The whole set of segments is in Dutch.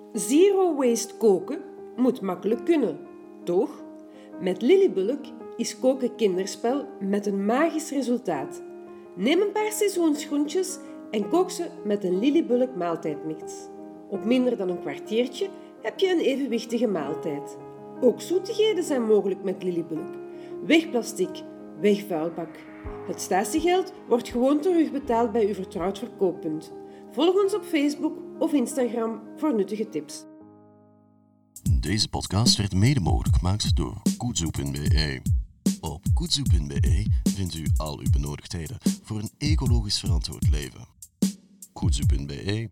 Zero waste koken moet makkelijk kunnen, toch? Met Lillybulk is koken kinderspel met een magisch resultaat. Neem een paar seizoensgroentjes en kook ze met een Lillybulk maaltijdmix. Op minder dan een kwartiertje heb je een evenwichtige maaltijd. Ook zoetigheden zijn mogelijk met Lillybulk. Weg plastic, weg vuilbak. Het statiegeld wordt gewoon terugbetaald bij uw vertrouwd verkooppunt. Volg ons op Facebook of Instagram voor nuttige tips. Deze podcast werd mede mogelijk gemaakt door Kudzu.be. Op Kudzu.be vindt u al uw benodigdheden voor een ecologisch verantwoord leven. Kudzu.be.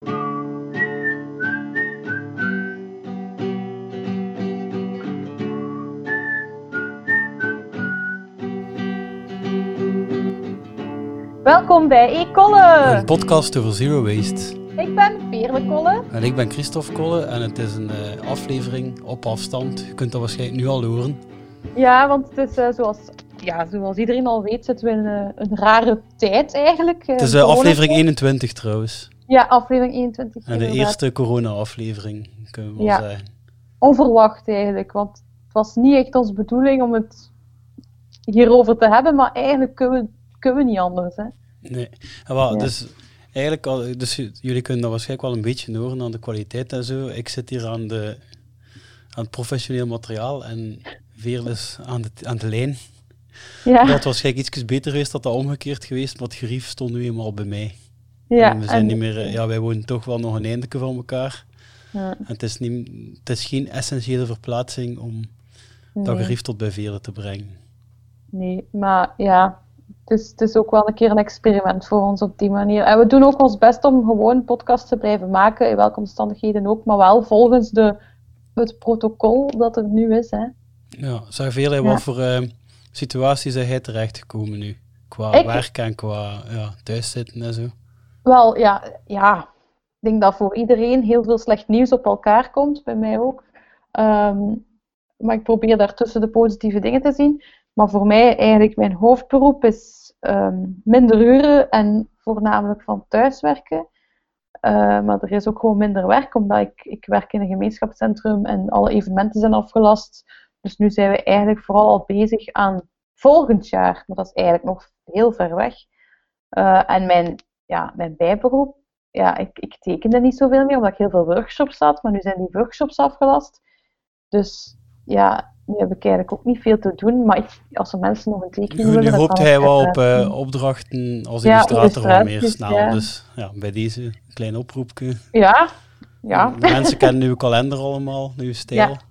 Welkom bij E-Kolle! Een podcast over zero waste. Ik ben Veerle Kolle. En ik ben Christophe Kolle en het is een aflevering op afstand. Je kunt dat waarschijnlijk nu al horen. Ja, want het is zoals iedereen al weet, zitten we in een rare tijd eigenlijk. Het is aflevering 21 trouwens. Ja, aflevering 21. En de eerste corona-aflevering, kunnen we wel zeggen. Onverwacht eigenlijk, want het was niet echt onze bedoeling om het hierover te hebben, maar eigenlijk kunnen we niet anders. Hè? Nee, dus eigenlijk, jullie kunnen dat waarschijnlijk wel een beetje horen aan de kwaliteit en zo. Ik zit hier aan het professioneel materiaal en Veerle is aan de lijn. Ja. Dat was waarschijnlijk iets beter geweest, dat omgekeerd geweest, maar het gerief stond nu eenmaal bij mij. Ja, en we zijn niet meer, wij wonen toch wel nog een eindje van elkaar. Ja. En het is geen essentiële verplaatsing om dat gerief tot bij Veerle te brengen. Nee, maar ja, het is ook wel een keer een experiment voor ons op die manier. En we doen ook ons best om gewoon podcasts te blijven maken, in welke omstandigheden ook, maar wel volgens het protocol dat het nu is. Hè. Ja, zeg Veerle, wat voor situaties is hij terechtgekomen nu? Qua werk en qua thuiszitten en zo? Wel, ja. Ik denk dat voor iedereen heel veel slecht nieuws op elkaar komt, bij mij ook. Maar ik probeer daartussen de positieve dingen te zien. Maar voor mij eigenlijk mijn hoofdberoep is minder uren en voornamelijk van thuiswerken. Maar er is ook gewoon minder werk, omdat ik werk in een gemeenschapscentrum en alle evenementen zijn afgelast. Dus nu zijn we eigenlijk vooral al bezig aan volgend jaar. Maar dat is eigenlijk nog heel ver weg. En mijn bijberoep, ik tekende niet zoveel meer, omdat ik heel veel workshops had. Maar nu zijn die workshops afgelast. Dus ja, nu heb ik eigenlijk ook niet veel te doen. Maar als er mensen nog een tekening willen... Nu hoopt hij wel op opdrachten als illustrator wel meer snel. Ja. Dus ja, bij deze een klein oproepje. Ja. De mensen kennen uw kalender allemaal, uw stijl. Ja.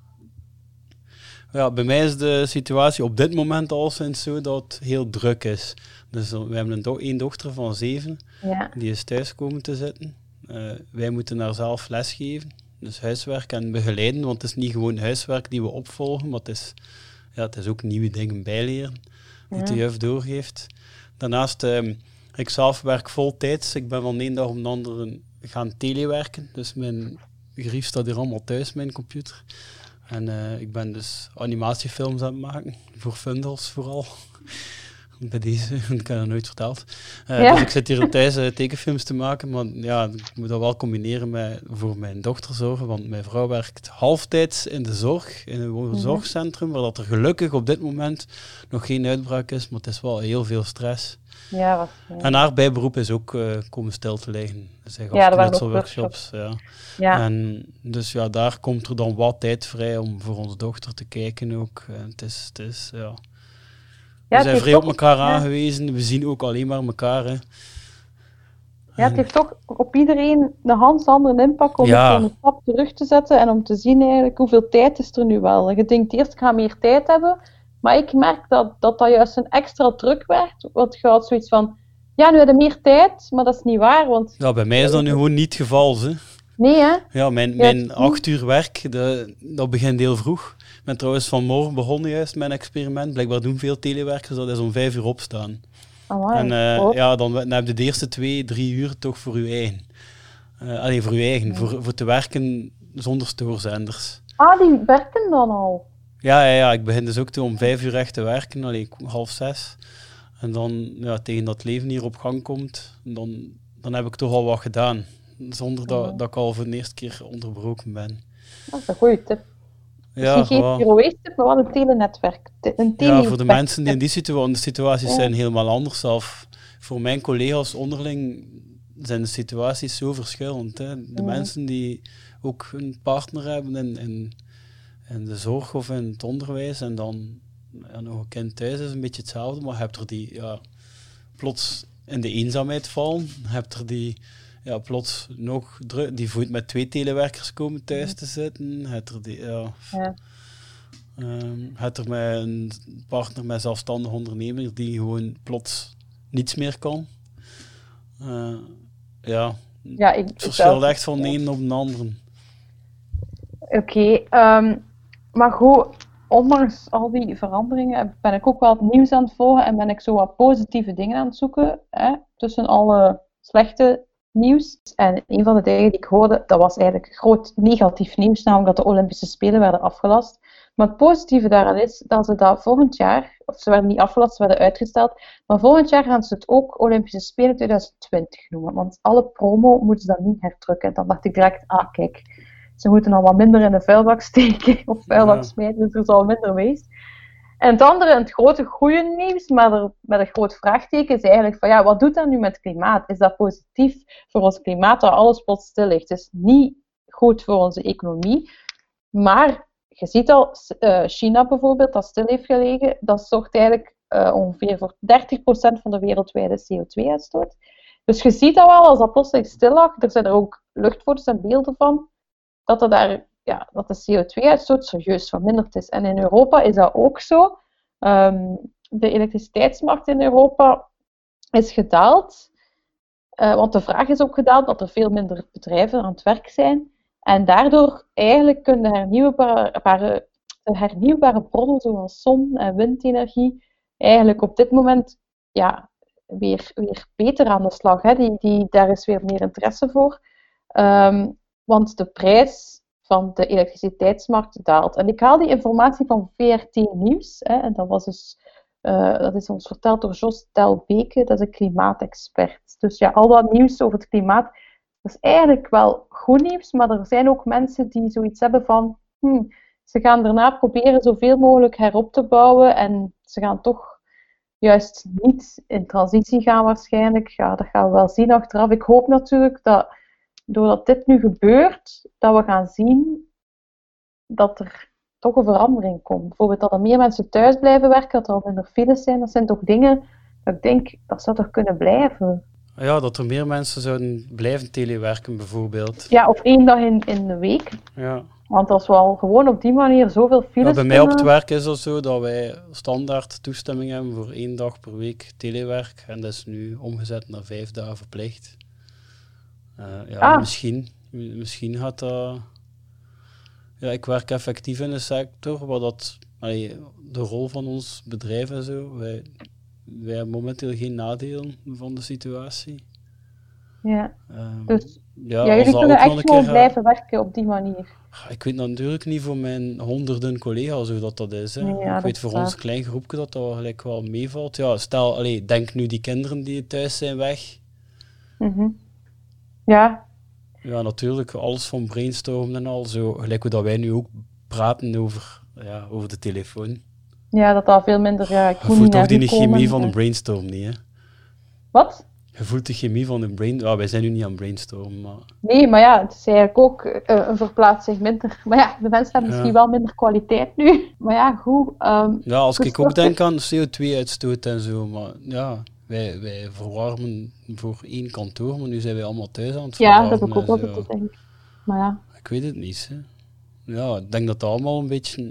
Ja, bij mij is de situatie op dit moment al sinds zo dat het heel druk is. Dus we hebben één dochter van 7, die is thuis komen te zitten. Wij moeten haar zelf lesgeven, dus huiswerk en begeleiden, want het is niet gewoon huiswerk die we opvolgen, maar het is ook nieuwe dingen bijleren, die de juf doorgeeft. Daarnaast, ik zelf werk voltijds, ik ben van de ene dag op de andere gaan telewerken, dus mijn gerief staat hier allemaal thuis, mijn computer. En ik ben dus animatiefilms aan het maken, voor Fundels vooral. Bij deze, ik heb dat nooit verteld. Dus ik zit hier thuis tekenfilms te maken, maar ja, ik moet dat wel combineren voor mijn dochter zorgen, want mijn vrouw werkt halftijds in de zorg, in een zorgcentrum, waar dat er gelukkig op dit moment nog geen uitbraak is, maar het is wel heel veel stress. Ja, en haar bijberoep is ook komen stil te liggen. Dus hij gaf knutselworkshops. Ja. En dus ja, daar komt er dan wat tijd vrij om voor onze dochter te kijken ook. En het is we zijn vrij op elkaar aangewezen. We zien ook alleen maar elkaar. Hè. Ja, het heeft toch op iedereen een andere impact om een stap terug te zetten en om te zien eigenlijk hoeveel tijd is er nu wel. Je denkt eerst, ik ga meer tijd hebben, maar ik merk dat juist een extra druk werd. Want je had zoiets van, ja, nu heb je meer tijd, maar dat is niet waar. Want... Ja, bij mij is dat nu gewoon niet het geval. Hè. Nee, hè? Ja, mijn 8 uur werk, dat begint heel vroeg. Ik ben trouwens vanmorgen begonnen juist mijn experiment. Blijkbaar doen veel telewerkers, dat is om 5 uur opstaan. Amai, en dan heb je de eerste 2-3 uur toch voor je eigen. Alleen voor je eigen, voor te werken zonder stoorzenders. Ah, die werken dan al? Ja, ik begin dus ook om 5 uur echt te werken, 5:30. En dan, tegen dat het leven hier op gang komt, dan heb ik toch al wat gedaan. zonder dat ik al voor de eerste keer onderbroken ben. Dat is een goede tip. Ja, Misschien geen Zero-Waste-tip, maar wel een telenetwerk. Voor de mensen die in die situaties zijn helemaal anders zelf. Voor mijn collega's onderling zijn de situaties zo verschillend. Hè. De mensen die ook een partner hebben in de zorg of in het onderwijs en dan nog een kind thuis is een beetje hetzelfde, maar je hebt er die plots in de eenzaamheid vallen, je hebt er die plots nog druk, die voelt met 2 telewerkers komen thuis te zitten, je hebt er die, had er met een partner met zelfstandig ondernemer die gewoon plots niets meer kan. Het verschilt echt van de een op de andere. Oké, maar goed, ondanks al die veranderingen ben ik ook wel het nieuws aan het volgen en ben ik zo wat positieve dingen aan het zoeken, tussen alle slechte nieuws. En een van de dingen die ik hoorde, dat was eigenlijk groot negatief nieuws, namelijk dat de Olympische Spelen werden afgelast. Maar het positieve daaraan is dat ze dat volgend jaar, of ze werden niet afgelast, ze werden uitgesteld, maar volgend jaar gaan ze het ook Olympische Spelen 2020 noemen, want alle promo moeten ze dan niet herdrukken. En dan dacht ik direct, kijk, ze moeten al wat minder in de vuilbak steken, of vuilbak smijten, dus er zal minder waste. En het andere, het grote goede nieuws, maar met een groot vraagteken, is eigenlijk van, wat doet dat nu met het klimaat? Is dat positief voor ons klimaat, dat alles plots stil ligt? Het is niet goed voor onze economie, maar je ziet al, China bijvoorbeeld, dat stil heeft gelegen, dat zorgt eigenlijk ongeveer voor 30% van de wereldwijde CO2-uitstoot. Dus je ziet dat wel, als dat plotseling stil lag, er zijn er ook luchtfoto's en beelden van, dat de CO2-uitstoot serieus verminderd is. En in Europa is dat ook zo. De elektriciteitsmarkt in Europa is gedaald, want de vraag is ook gedaald dat er veel minder bedrijven aan het werk zijn. En daardoor eigenlijk kunnen de hernieuwbare bronnen zoals zon- en windenergie eigenlijk op dit moment weer beter aan de slag. Hè. Daar is weer meer interesse voor. Want de prijs van de elektriciteitsmarkt daalt. En ik haal die informatie van VRT Nieuws. En dat is ons verteld door Jos Telbeke, dat is een klimaatexpert. Dus al dat nieuws over het klimaat, dat is eigenlijk wel goed nieuws, maar er zijn ook mensen die zoiets hebben van, ze gaan daarna proberen zoveel mogelijk herop te bouwen en ze gaan toch juist niet in transitie gaan waarschijnlijk. Ja, dat gaan we wel zien achteraf. Ik hoop natuurlijk dat doordat dit nu gebeurt, dat we gaan zien dat er toch een verandering komt. Bijvoorbeeld dat er meer mensen thuis blijven werken, dat er al minder files zijn. Dat zijn toch dingen dat ik denk, dat zou toch kunnen blijven. Ja, dat er meer mensen zouden blijven telewerken bijvoorbeeld. Ja, of 1 dag in de week. Ja. Want als we al gewoon op die manier zoveel files bij mij op het werk is het zo dat wij standaard toestemming hebben voor 1 dag per week telewerk. En dat is nu omgezet naar 5 dagen verplicht. Misschien gaat dat... Ja, ik werk effectief in een sector waar de rol van ons bedrijf en zo... Wij hebben momenteel geen nadelen van de situatie. Ja, dus jullie kunnen echt gewoon blijven werken op die manier. Ik weet natuurlijk niet voor mijn honderden collega's hoe dat is. Hè. Nee, ik weet voor ons klein groepje dat gelijk wel meevalt. Ja, stel, denk nu die kinderen die thuis zijn weg. Mm-hmm. Ja. Ja, natuurlijk, alles van brainstormen en al. Zo, gelijk hoe dat wij nu ook praten over de telefoon. Ja, dat al veel minder... Je voelt toch die chemie van een brainstorm niet, hè? Wat? Je voelt de chemie van een brainstorm. Wij zijn nu niet aan brainstormen, maar... Nee, maar het is eigenlijk ook een verplaatsing minder... Maar de mensen hebben misschien wel minder kwaliteit nu. Maar goed... als ik ook denk aan CO2-uitstoot en zo, maar wij verwarmen voor 1 kantoor, maar nu zijn wij allemaal thuis aan het verwarmen. Ja, dat heb ik ook wel te denken. Maar ik weet het niet, hè. Ja, ik denk dat dat allemaal een beetje...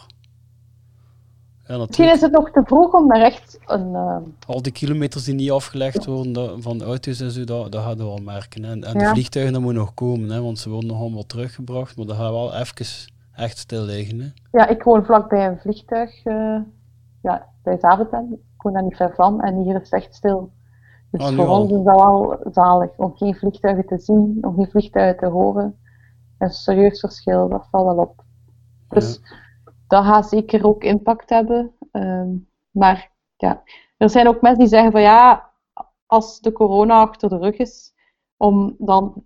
Ja, misschien is het nog te vroeg om daar echt een... Al die kilometers die niet afgelegd worden van de auto's en zo, dat gaan we wel merken. En de vliegtuigen, dat moet nog komen, hè, want ze worden nog allemaal teruggebracht, maar dat gaat wel even echt stil liggen. Hè. Ja, ik woon vlakbij een vliegtuig, bij Zaventem. Ik woon daar niet ver van en hier is het echt stil. Dus voor ons is dat wel zalig, om geen vliegtuigen te zien, om geen vliegtuigen te horen. Een serieus verschil, dat valt wel op. Dus... Ja. Dat gaat zeker ook impact hebben. Maar er zijn ook mensen die zeggen van als de corona achter de rug is, om dan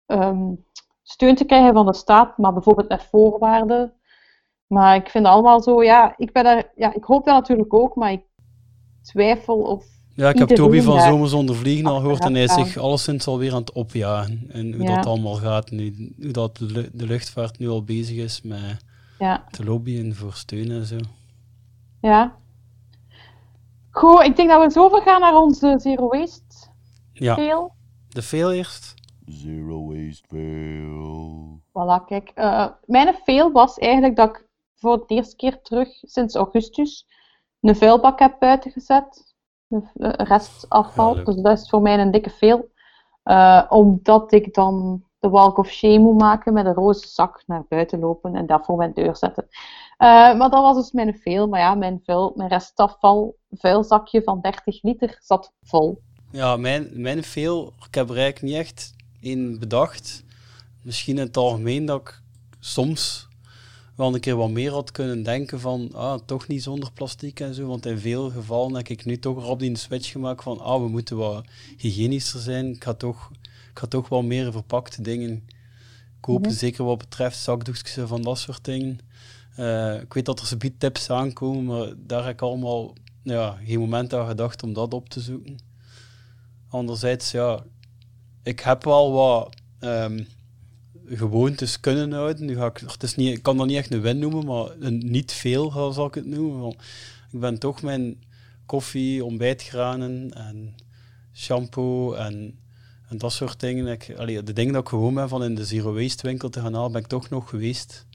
steun te krijgen van de staat, maar bijvoorbeeld met voorwaarden. Maar ik vind allemaal zo, ik hoop dat natuurlijk ook, maar ik twijfel of. Ja, ik heb Toby van Zomer zonder vliegen al gehoord en hij is zich alleszins alweer aan het opjagen. En hoe dat allemaal gaat nu, hoe dat de luchtvaart nu al bezig is met te lobbyen voor steun en zo. Ja. Goed, ik denk dat we zo gaan naar onze Zero Waste fail. De fail eerst. Zero Waste fail. Voilà, kijk. Mijn fail was eigenlijk dat ik voor de eerste keer terug, sinds augustus, een vuilbak heb buiten gezet. Restafval. Dus dat is voor mij een dikke fail. Omdat ik dan de walk of shame moet maken met een roze zak naar buiten lopen en dat voor mijn deur zetten. Maar dat was dus mijn fail. Maar ja, mijn restafval vuilzakje van 30 liter zat vol. Ja, mijn fail, ik heb er eigenlijk niet echt één bedacht. Misschien in het algemeen dat ik soms wel een keer wat meer had kunnen denken van, toch niet zonder plastic en zo, want in veel gevallen heb ik nu toch op die switch gemaakt van, we moeten wat hygiënischer zijn. Ik ga toch wel meer verpakte dingen kopen, zeker wat betreft zakdoekjes en van dat soort dingen. Ik weet dat er zo'n tips aankomen, maar daar heb ik allemaal geen moment aan gedacht om dat op te zoeken. Anderzijds, ik heb wel wat gewoontes kunnen houden. Nu ik kan dat niet echt een win noemen, maar niet veel zal ik het noemen. Want ik ben toch mijn koffie, ontbijtgranen en shampoo en dat soort dingen. De dingen dat ik gewoon ben van in de Zero Waste winkel te gaan halen, ben ik toch nog geweest.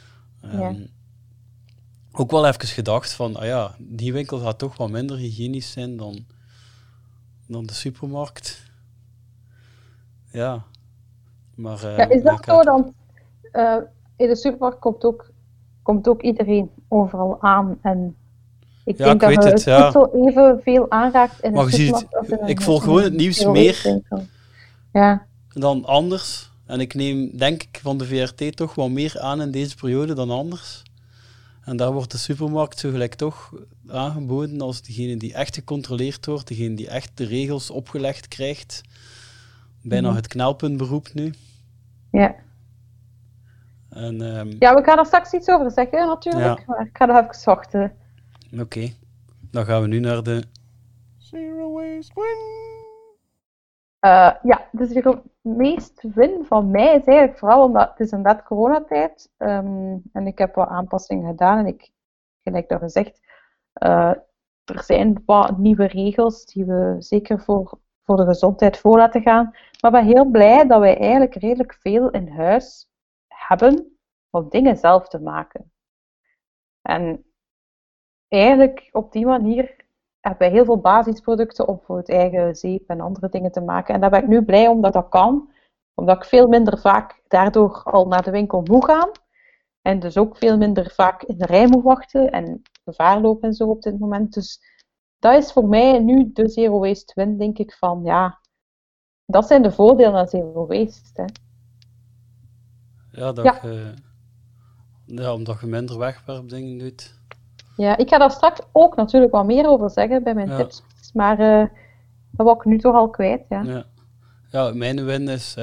Ook wel even gedacht van, die winkel gaat toch wat minder hygiënisch zijn dan de supermarkt. Ja. Maar, is dat zo dan? In de supermarkt komt ook iedereen overal aan. En ik denk dat het voedsel evenveel aanraakt in een supermarkt. Ik volg gewoon het nieuws meer dan anders. En ik neem, denk ik, van de VRT toch wel meer aan in deze periode dan anders. En daar wordt de supermarkt zo gelijk toch aangeboden als degene die echt gecontroleerd wordt, degene die echt de regels opgelegd krijgt. Bijna het knelpuntberoep nu. Ja. En, we gaan er straks iets over zeggen natuurlijk, maar ik ga nog even wachten. Oké. Dan gaan we nu naar de Zero Waste Win. De Zero Waste Win van mij is eigenlijk vooral omdat het is inderdaad coronatijd en ik heb wat aanpassingen gedaan en gelijk dat gezegd, er zijn wat nieuwe regels die we zeker voor de gezondheid voor laten gaan. Maar ik ben heel blij dat wij eigenlijk redelijk veel in huis hebben om dingen zelf te maken. En eigenlijk op die manier hebben wij heel veel basisproducten om voor het eigen zeep en andere dingen te maken. En daar ben ik nu blij om dat dat kan. Omdat ik veel minder vaak daardoor al naar de winkel moet gaan. En dus ook veel minder vaak in de rij moet wachten en gevaar lopen en zo op dit moment. Dus dat is voor mij nu de Zero Waste Win, denk ik van, dat zijn de voordelen aan Zero Waste. Hè. Omdat je minder wegwerpdingen doet. Ja, ik ga daar straks ook natuurlijk wat meer over zeggen bij mijn tips, maar dat wou ik nu toch al kwijt. Ja, mijn win is,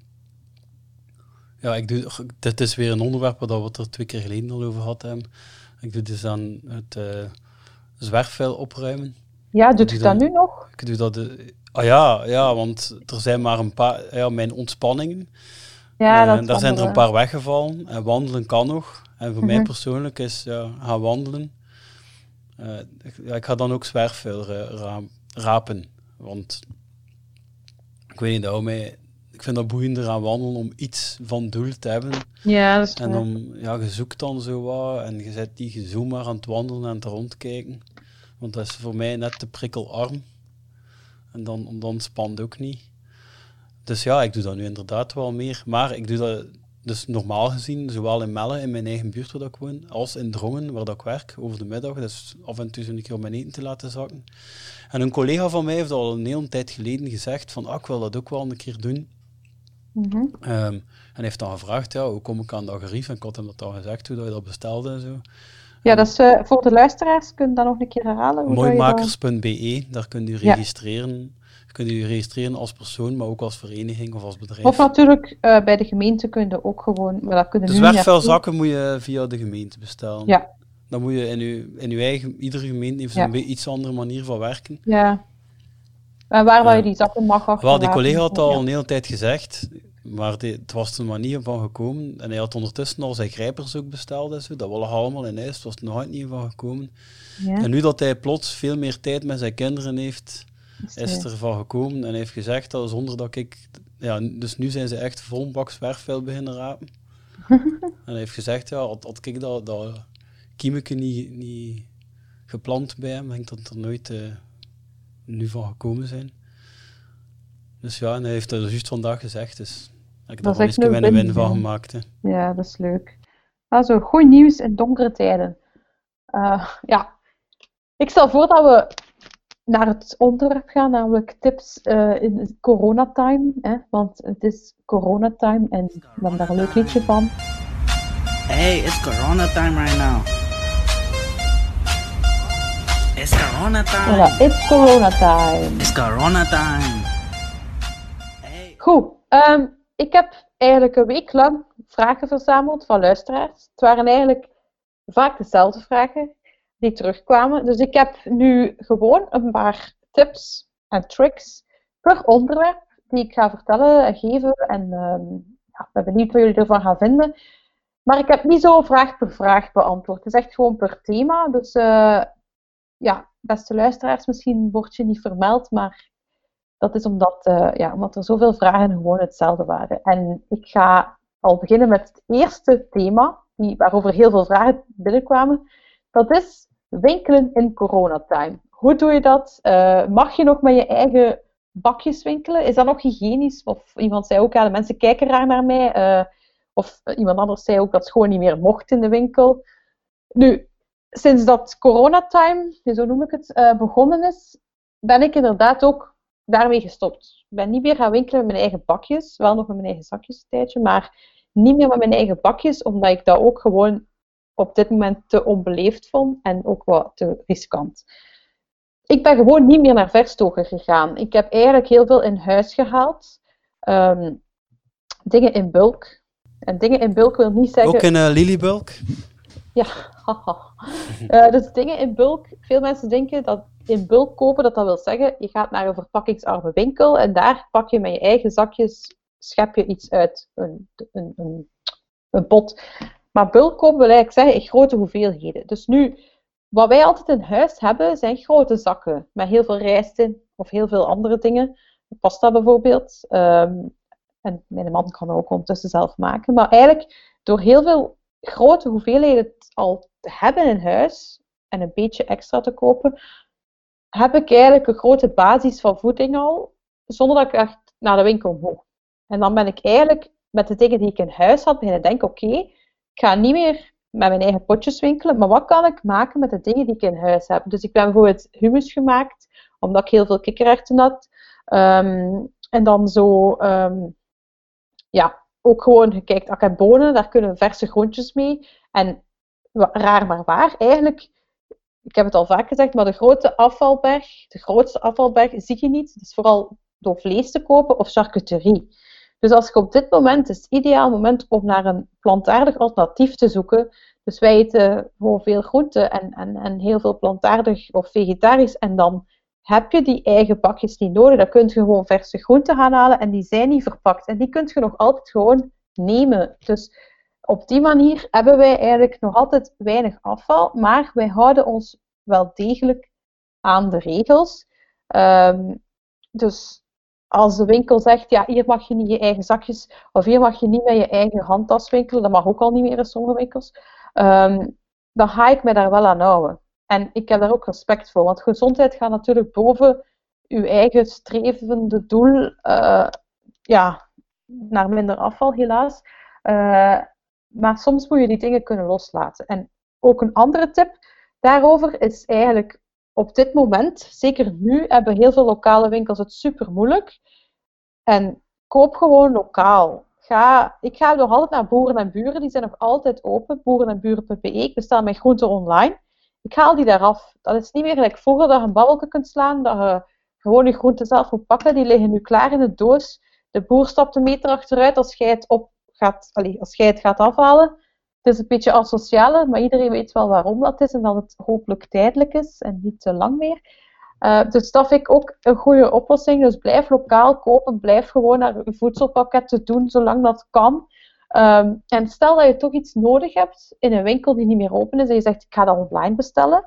dit is weer een onderwerp waar we het er 2 keer geleden al over hadden. Ik doe dus aan het zwerfvuil opruimen. Ja, doet je dat nu nog? Ik doe dat. Want er zijn maar een paar. Mijn ontspanningen. Daar zijn er een paar weggevallen. En wandelen kan nog. En voor mij persoonlijk is gaan wandelen. Ik ga dan ook zwerfvuil rapen. Want ik weet niet, ik vind dat boeiender aan wandelen om iets van doel te hebben. Ja, dat is en je zoekt dan zo wat en je zet die zomaar aan het wandelen en te rondkijken. Want dat is voor mij net te prikkelarm. En dan spant ook niet. Dus ik doe dat nu inderdaad wel meer. Maar ik doe dat dus normaal gezien, zowel in Melle, in mijn eigen buurt waar ik woon, als in Drongen, waar ik werk, over de middag. Dus af en toe een keer om mijn eten te laten zakken. En een collega van mij heeft al een hele tijd geleden gezegd van, ik wil dat ook wel een keer doen. En heeft dan gevraagd, hoe kom ik aan dat gerief? En ik had hem dat al gezegd, hoe dat je dat bestelde en zo. Ja, dat is voor de luisteraars, kun je dat nog een keer herhalen? Mooimakers.be, daar kun je registreren. Je kunt je registreren als persoon, maar ook als vereniging of als bedrijf. Of natuurlijk, bij de gemeente kun je ook gewoon... Maar dat kunnen dus zwerfvuilzakken moet je via de gemeente bestellen. Ja. Dan moet je in je eigen... Iedere gemeente heeft een iets andere manier van werken. Ja. En waar je die zakken mag achterlaten. Wel, die collega had al een hele tijd gezegd, maar het was er maar niet van gekomen. En hij had ondertussen al zijn grijpers ook besteld en zo. Dat willen allemaal in huis, het was er nog nooit niet van gekomen. Ja. En nu dat hij plots veel meer tijd met zijn kinderen heeft, is het ervan gekomen. En hij heeft gezegd dat zonder dat ik... Ja, dus nu zijn ze echt vol een bak zwerfvuil beginnen rapen. En hij heeft gezegd, ja, had ik dat kiemeke niet geplant bij hem, denk dat er nooit nu van gekomen zijn. Dus ja, en hij heeft dat juist vandaag gezegd, dus ik heb er wel eens een win van gemaakt. Hè. Ja, dat is leuk. Also, goed nieuws in donkere tijden. Ja, ik stel voor dat we naar het onderwerp gaan, namelijk tips in coronatime. Want het is coronatime en we hebben daar een leuk liedje van. Hey, it's coronatime right now. It's coronatime. Voilà, it's coronatime. It's coronatime. Hey. Goed, ik heb eigenlijk een week lang vragen verzameld van luisteraars. Het waren eigenlijk vaak dezelfde vragen die terugkwamen. Dus ik heb nu gewoon een paar tips en tricks per onderwerp die ik ga vertellen en geven. En ik ben benieuwd wat jullie ervan gaan vinden. Maar ik heb niet zo vraag per vraag beantwoord. Het is echt gewoon per thema. Dus beste luisteraars, misschien word je niet vermeld, maar dat is omdat er zoveel vragen gewoon hetzelfde waren. En ik ga al beginnen met het eerste thema, waarover heel veel vragen binnenkwamen. Dat is winkelen in coronatime. Hoe doe je dat? Mag je nog met je eigen bakjes winkelen? Is dat nog hygiënisch? Of iemand zei ook, de mensen kijken raar naar mij. Of iemand anders zei ook dat het gewoon niet meer mocht in de winkel. Nu, sinds dat coronatime, zo noem ik het, begonnen is, ben ik inderdaad ook daarmee gestopt. Ik ben niet meer gaan winkelen met mijn eigen bakjes. Wel nog met mijn eigen zakjes een tijdje, maar niet meer met mijn eigen bakjes, omdat ik dat ook gewoon op dit moment te onbeleefd vond en ook wat te riskant. Ik ben gewoon niet meer naar verstoker gegaan. Ik heb eigenlijk heel veel in huis gehaald. Dingen in bulk. En dingen in bulk wil niet zeggen... Ook in Lilybulk? Ja, dus dingen in bulk. Veel mensen denken dat in bulk kopen, dat wil zeggen, je gaat naar een verpakkingsarme winkel en daar pak je met je eigen zakjes, schep je iets uit een pot. Maar bulk kopen wil eigenlijk zeggen in grote hoeveelheden. Dus nu, wat wij altijd in huis hebben, zijn grote zakken met heel veel rijst in of heel veel andere dingen. Pasta bijvoorbeeld. En mijn man kan dat ook ondertussen zelf maken. Maar eigenlijk, door heel veel grote hoeveelheden al te hebben in huis en een beetje extra te kopen, heb ik eigenlijk een grote basis van voeding al, zonder dat ik echt naar de winkel moet. En dan ben ik eigenlijk met de dingen die ik in huis had beginnen denken, oké, ik ga niet meer met mijn eigen potjes winkelen, maar wat kan ik maken met de dingen die ik in huis heb? Dus ik ben bijvoorbeeld hummus gemaakt, omdat ik heel veel kikkererwten had. En dan zo, ook gewoon gekeken, ik heb bonen, daar kunnen verse groentjes mee. En raar maar waar, eigenlijk, ik heb het al vaak gezegd, maar de grootste afvalberg zie je niet. Het is vooral door vlees te kopen of charcuterie. Dus als je op dit moment, is het ideaal moment om naar een plantaardig alternatief te zoeken. Dus wij eten gewoon veel groenten en heel veel plantaardig of vegetarisch. En dan heb je die eigen bakjes niet nodig. Dan kun je gewoon verse groenten gaan halen en die zijn niet verpakt. En die kun je nog altijd gewoon nemen. Dus op die manier hebben wij eigenlijk nog altijd weinig afval, maar wij houden ons wel degelijk aan de regels. Dus als de winkel zegt, ja, hier mag je niet je eigen zakjes, of hier mag je niet met je eigen handtas winkelen, dat mag ook al niet meer in sommige winkels, dan ga ik me daar wel aan houden. En ik heb daar ook respect voor, want gezondheid gaat natuurlijk boven uw eigen strevende doel, naar minder afval helaas. Maar soms moet je die dingen kunnen loslaten. En ook een andere tip daarover is eigenlijk op dit moment, zeker nu, hebben heel veel lokale winkels het super moeilijk. En koop gewoon lokaal. Ik ga nog altijd naar Boeren en Buren, die zijn nog altijd open. boerenenburen.be, ik bestel mijn groenten online. Ik haal die daar af. Dat is niet meer gelijk vroeger dat je een babbelke kunt slaan, dat je gewoon je groenten zelf moet pakken. Die liggen nu klaar in de doos. De boer stapt een meter achteruit als jij het gaat afhalen. Het is een beetje asociale, maar iedereen weet wel waarom dat is en dat het hopelijk tijdelijk is en niet te lang meer. Dus dat vind ik ook een goede oplossing. Dus blijf lokaal kopen, blijf gewoon naar je voedselpakketten doen, zolang dat kan. En stel dat je toch iets nodig hebt in een winkel die niet meer open is en je zegt, ik ga dat online bestellen.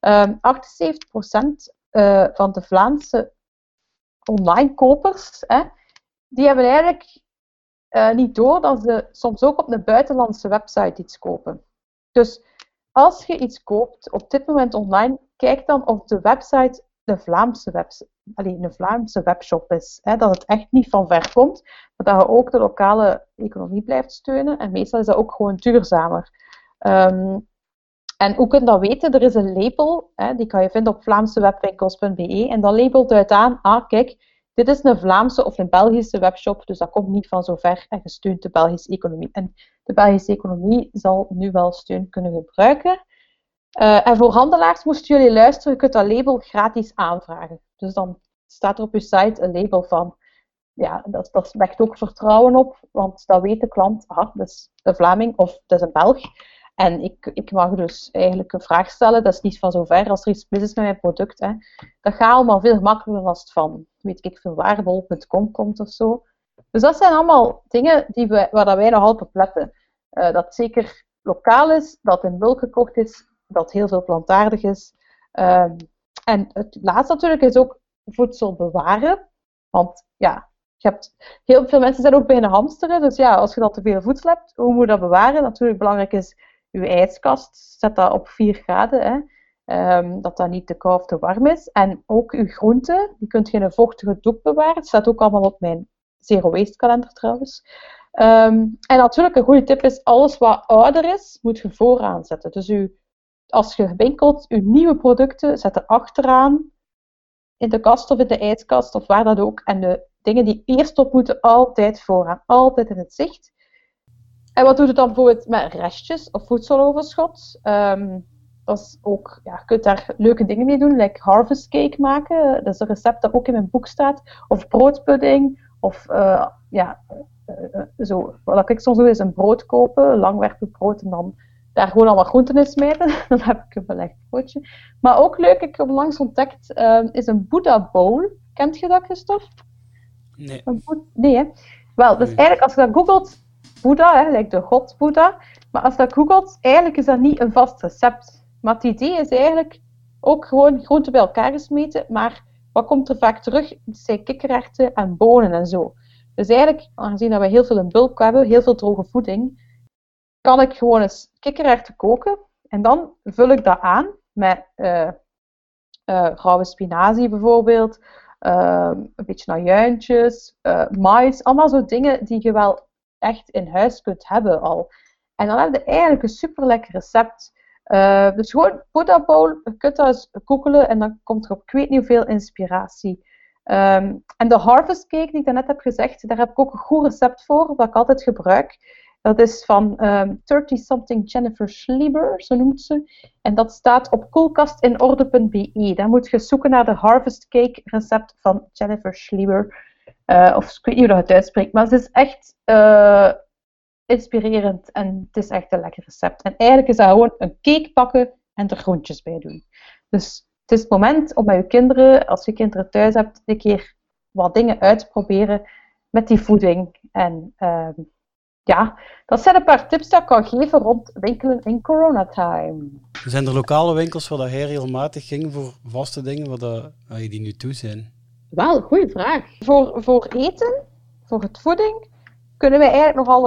78% van de Vlaamse online kopers, die hebben eigenlijk niet door dat ze soms ook op een buitenlandse website iets kopen. Dus als je iets koopt op dit moment online, kijk dan of de website een Vlaamse webshop is. Dat het echt niet van ver komt, maar dat je ook de lokale economie blijft steunen. En meestal is dat ook gewoon duurzamer. En hoe kun je dat weten? Er is een label, die kan je vinden op vlaamsewebwinkels.be. En dat label duidt aan, kijk, dit is een Vlaamse of een Belgische webshop, dus dat komt niet van zo ver en gesteunt de Belgische economie. En de Belgische economie zal nu wel steun kunnen gebruiken. En voor handelaars moesten jullie luisteren, je kunt dat label gratis aanvragen. Dus dan staat er op je site een label van, ja, dat wekt ook vertrouwen op, want dan weet de klant, dat is een Vlaming of dat is een Belg. En ik mag dus eigenlijk een vraag stellen, dat is niet van zo ver, als er iets mis is met mijn product. Dat gaat allemaal veel makkelijker als het van, weet ik veel, waardebol.com komt of zo. Dus dat zijn allemaal dingen waar wij nog altijd op letten. Dat het zeker lokaal is, dat in bulk gekocht is, dat heel veel plantaardig is. En het laatste natuurlijk is ook voedsel bewaren. Want ja, heel veel mensen zijn ook bijna hamsteren. Dus ja, als je dan te veel voedsel hebt, hoe moet je dat bewaren? Natuurlijk belangrijk is je ijskast. Zet dat op 4 graden. Dat dat niet te koud of te warm is. En ook je groenten, die kunt je in een vochtige doek bewaren. Het staat ook allemaal op mijn Zero Waste kalender trouwens. En natuurlijk een goede tip is, alles wat ouder is, moet je vooraan zetten. Dus als je winkelt, je nieuwe producten, zet er achteraan. In de kast of in de ijskast of waar dat ook. En de dingen die eerst op moeten, altijd vooraan. Altijd in het zicht. En wat doet het dan bijvoorbeeld met restjes of voedseloverschot? Dat is ook, je kunt daar leuke dingen mee doen, like harvest cake maken. Dat is een recept dat ook in mijn boek staat. Of broodpudding. Of zo. Wat ik soms doe is een brood kopen, langwerpig brood en dan daar gewoon allemaal groenten in smijten. Dan heb ik een belegd broodje. Maar ook leuk, ik heb onlangs ontdekt, is een Buddha bowl. Kent je dat, Christophe? Nee. Nee, hè? Wel, dus eigenlijk als je dat googelt, Boeddha, lijkt de god Boeddha. Maar als je dat googelt, eigenlijk is dat niet een vast recept. Maar het idee is eigenlijk ook gewoon groenten bij elkaar gesmeten. Maar wat komt er vaak terug? Het zijn kikkererwten en bonen en zo. Dus eigenlijk, aangezien dat we heel veel in bulk hebben, heel veel droge voeding, kan ik gewoon eens kikkererwten koken. En dan vul ik dat aan met rauwe spinazie bijvoorbeeld. Een beetje najuintjes, mais. Allemaal zo dingen die je wel echt in huis kunt hebben al. En dan heb je eigenlijk een super lekker recept. Dus gewoon Buddha bowl, je kunt dat eens googelen en dan komt er op ik weet niet hoeveel inspiratie. En de harvest cake die ik daarnet heb gezegd, daar heb ik ook een goed recept voor, dat ik altijd gebruik. Dat is van 30-something Jennifer Schlieber, zo noemt ze. En dat staat op koelkastinorde.be. Daar moet je zoeken naar de harvest cake recept van Jennifer Schlieber. Of ik weet niet hoe dat het uitspreekt, maar het is echt inspirerend en het is echt een lekker recept. En eigenlijk is dat gewoon een cake pakken en er groentjes bij doen. Dus het is het moment om met je kinderen, als je kinderen thuis hebt, een keer wat dingen uit te proberen met die voeding. En ja, dat zijn een paar tips die ik kan geven rond winkelen in coronatime. Zijn er lokale winkels waar jij regelmatig ging voor vaste dingen, waar die nu toe zijn? Wel, goede vraag. Voor eten, voor het voeding, kunnen wij eigenlijk nog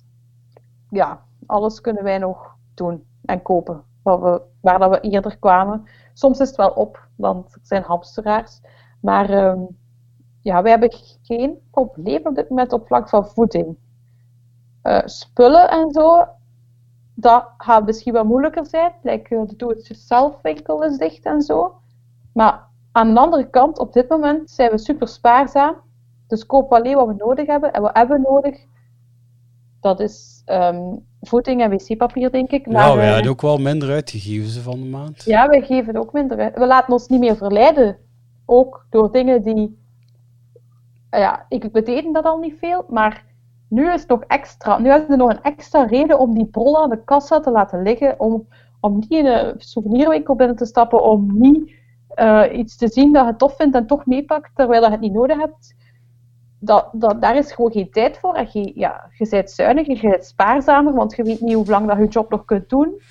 alles kunnen wij nog doen en kopen. Waar dat we eerder kwamen. Soms is het wel op, want het zijn hamsteraars. Maar wij hebben geen probleem op dit moment op vlak van voeding. Spullen en zo, dat gaat misschien wat moeilijker zijn. Like, de doe-het-zelf winkel is dicht en zo. Maar aan de andere kant, op dit moment zijn we super spaarzaam. Dus koop alleen wat we nodig hebben. En wat hebben we nodig? Dat is voeding en wc-papier, denk ik. Maar, wij hadden ook wel minder uitgegeven van de maand. Ja, wij geven ook minder uit. We laten ons niet meer verleiden ook door dingen die... ik beteken dat al niet veel, maar nu is er nog een extra reden om die prol aan de kassa te laten liggen, om niet in een souvenirwinkel binnen te stappen, om niet iets te zien dat je tof vindt en toch meepakt, terwijl je het niet nodig hebt. Daar is gewoon geen tijd voor. En je bent zuinig, je bent spaarzamer, want je weet niet hoe lang dat je job nog kunt doen.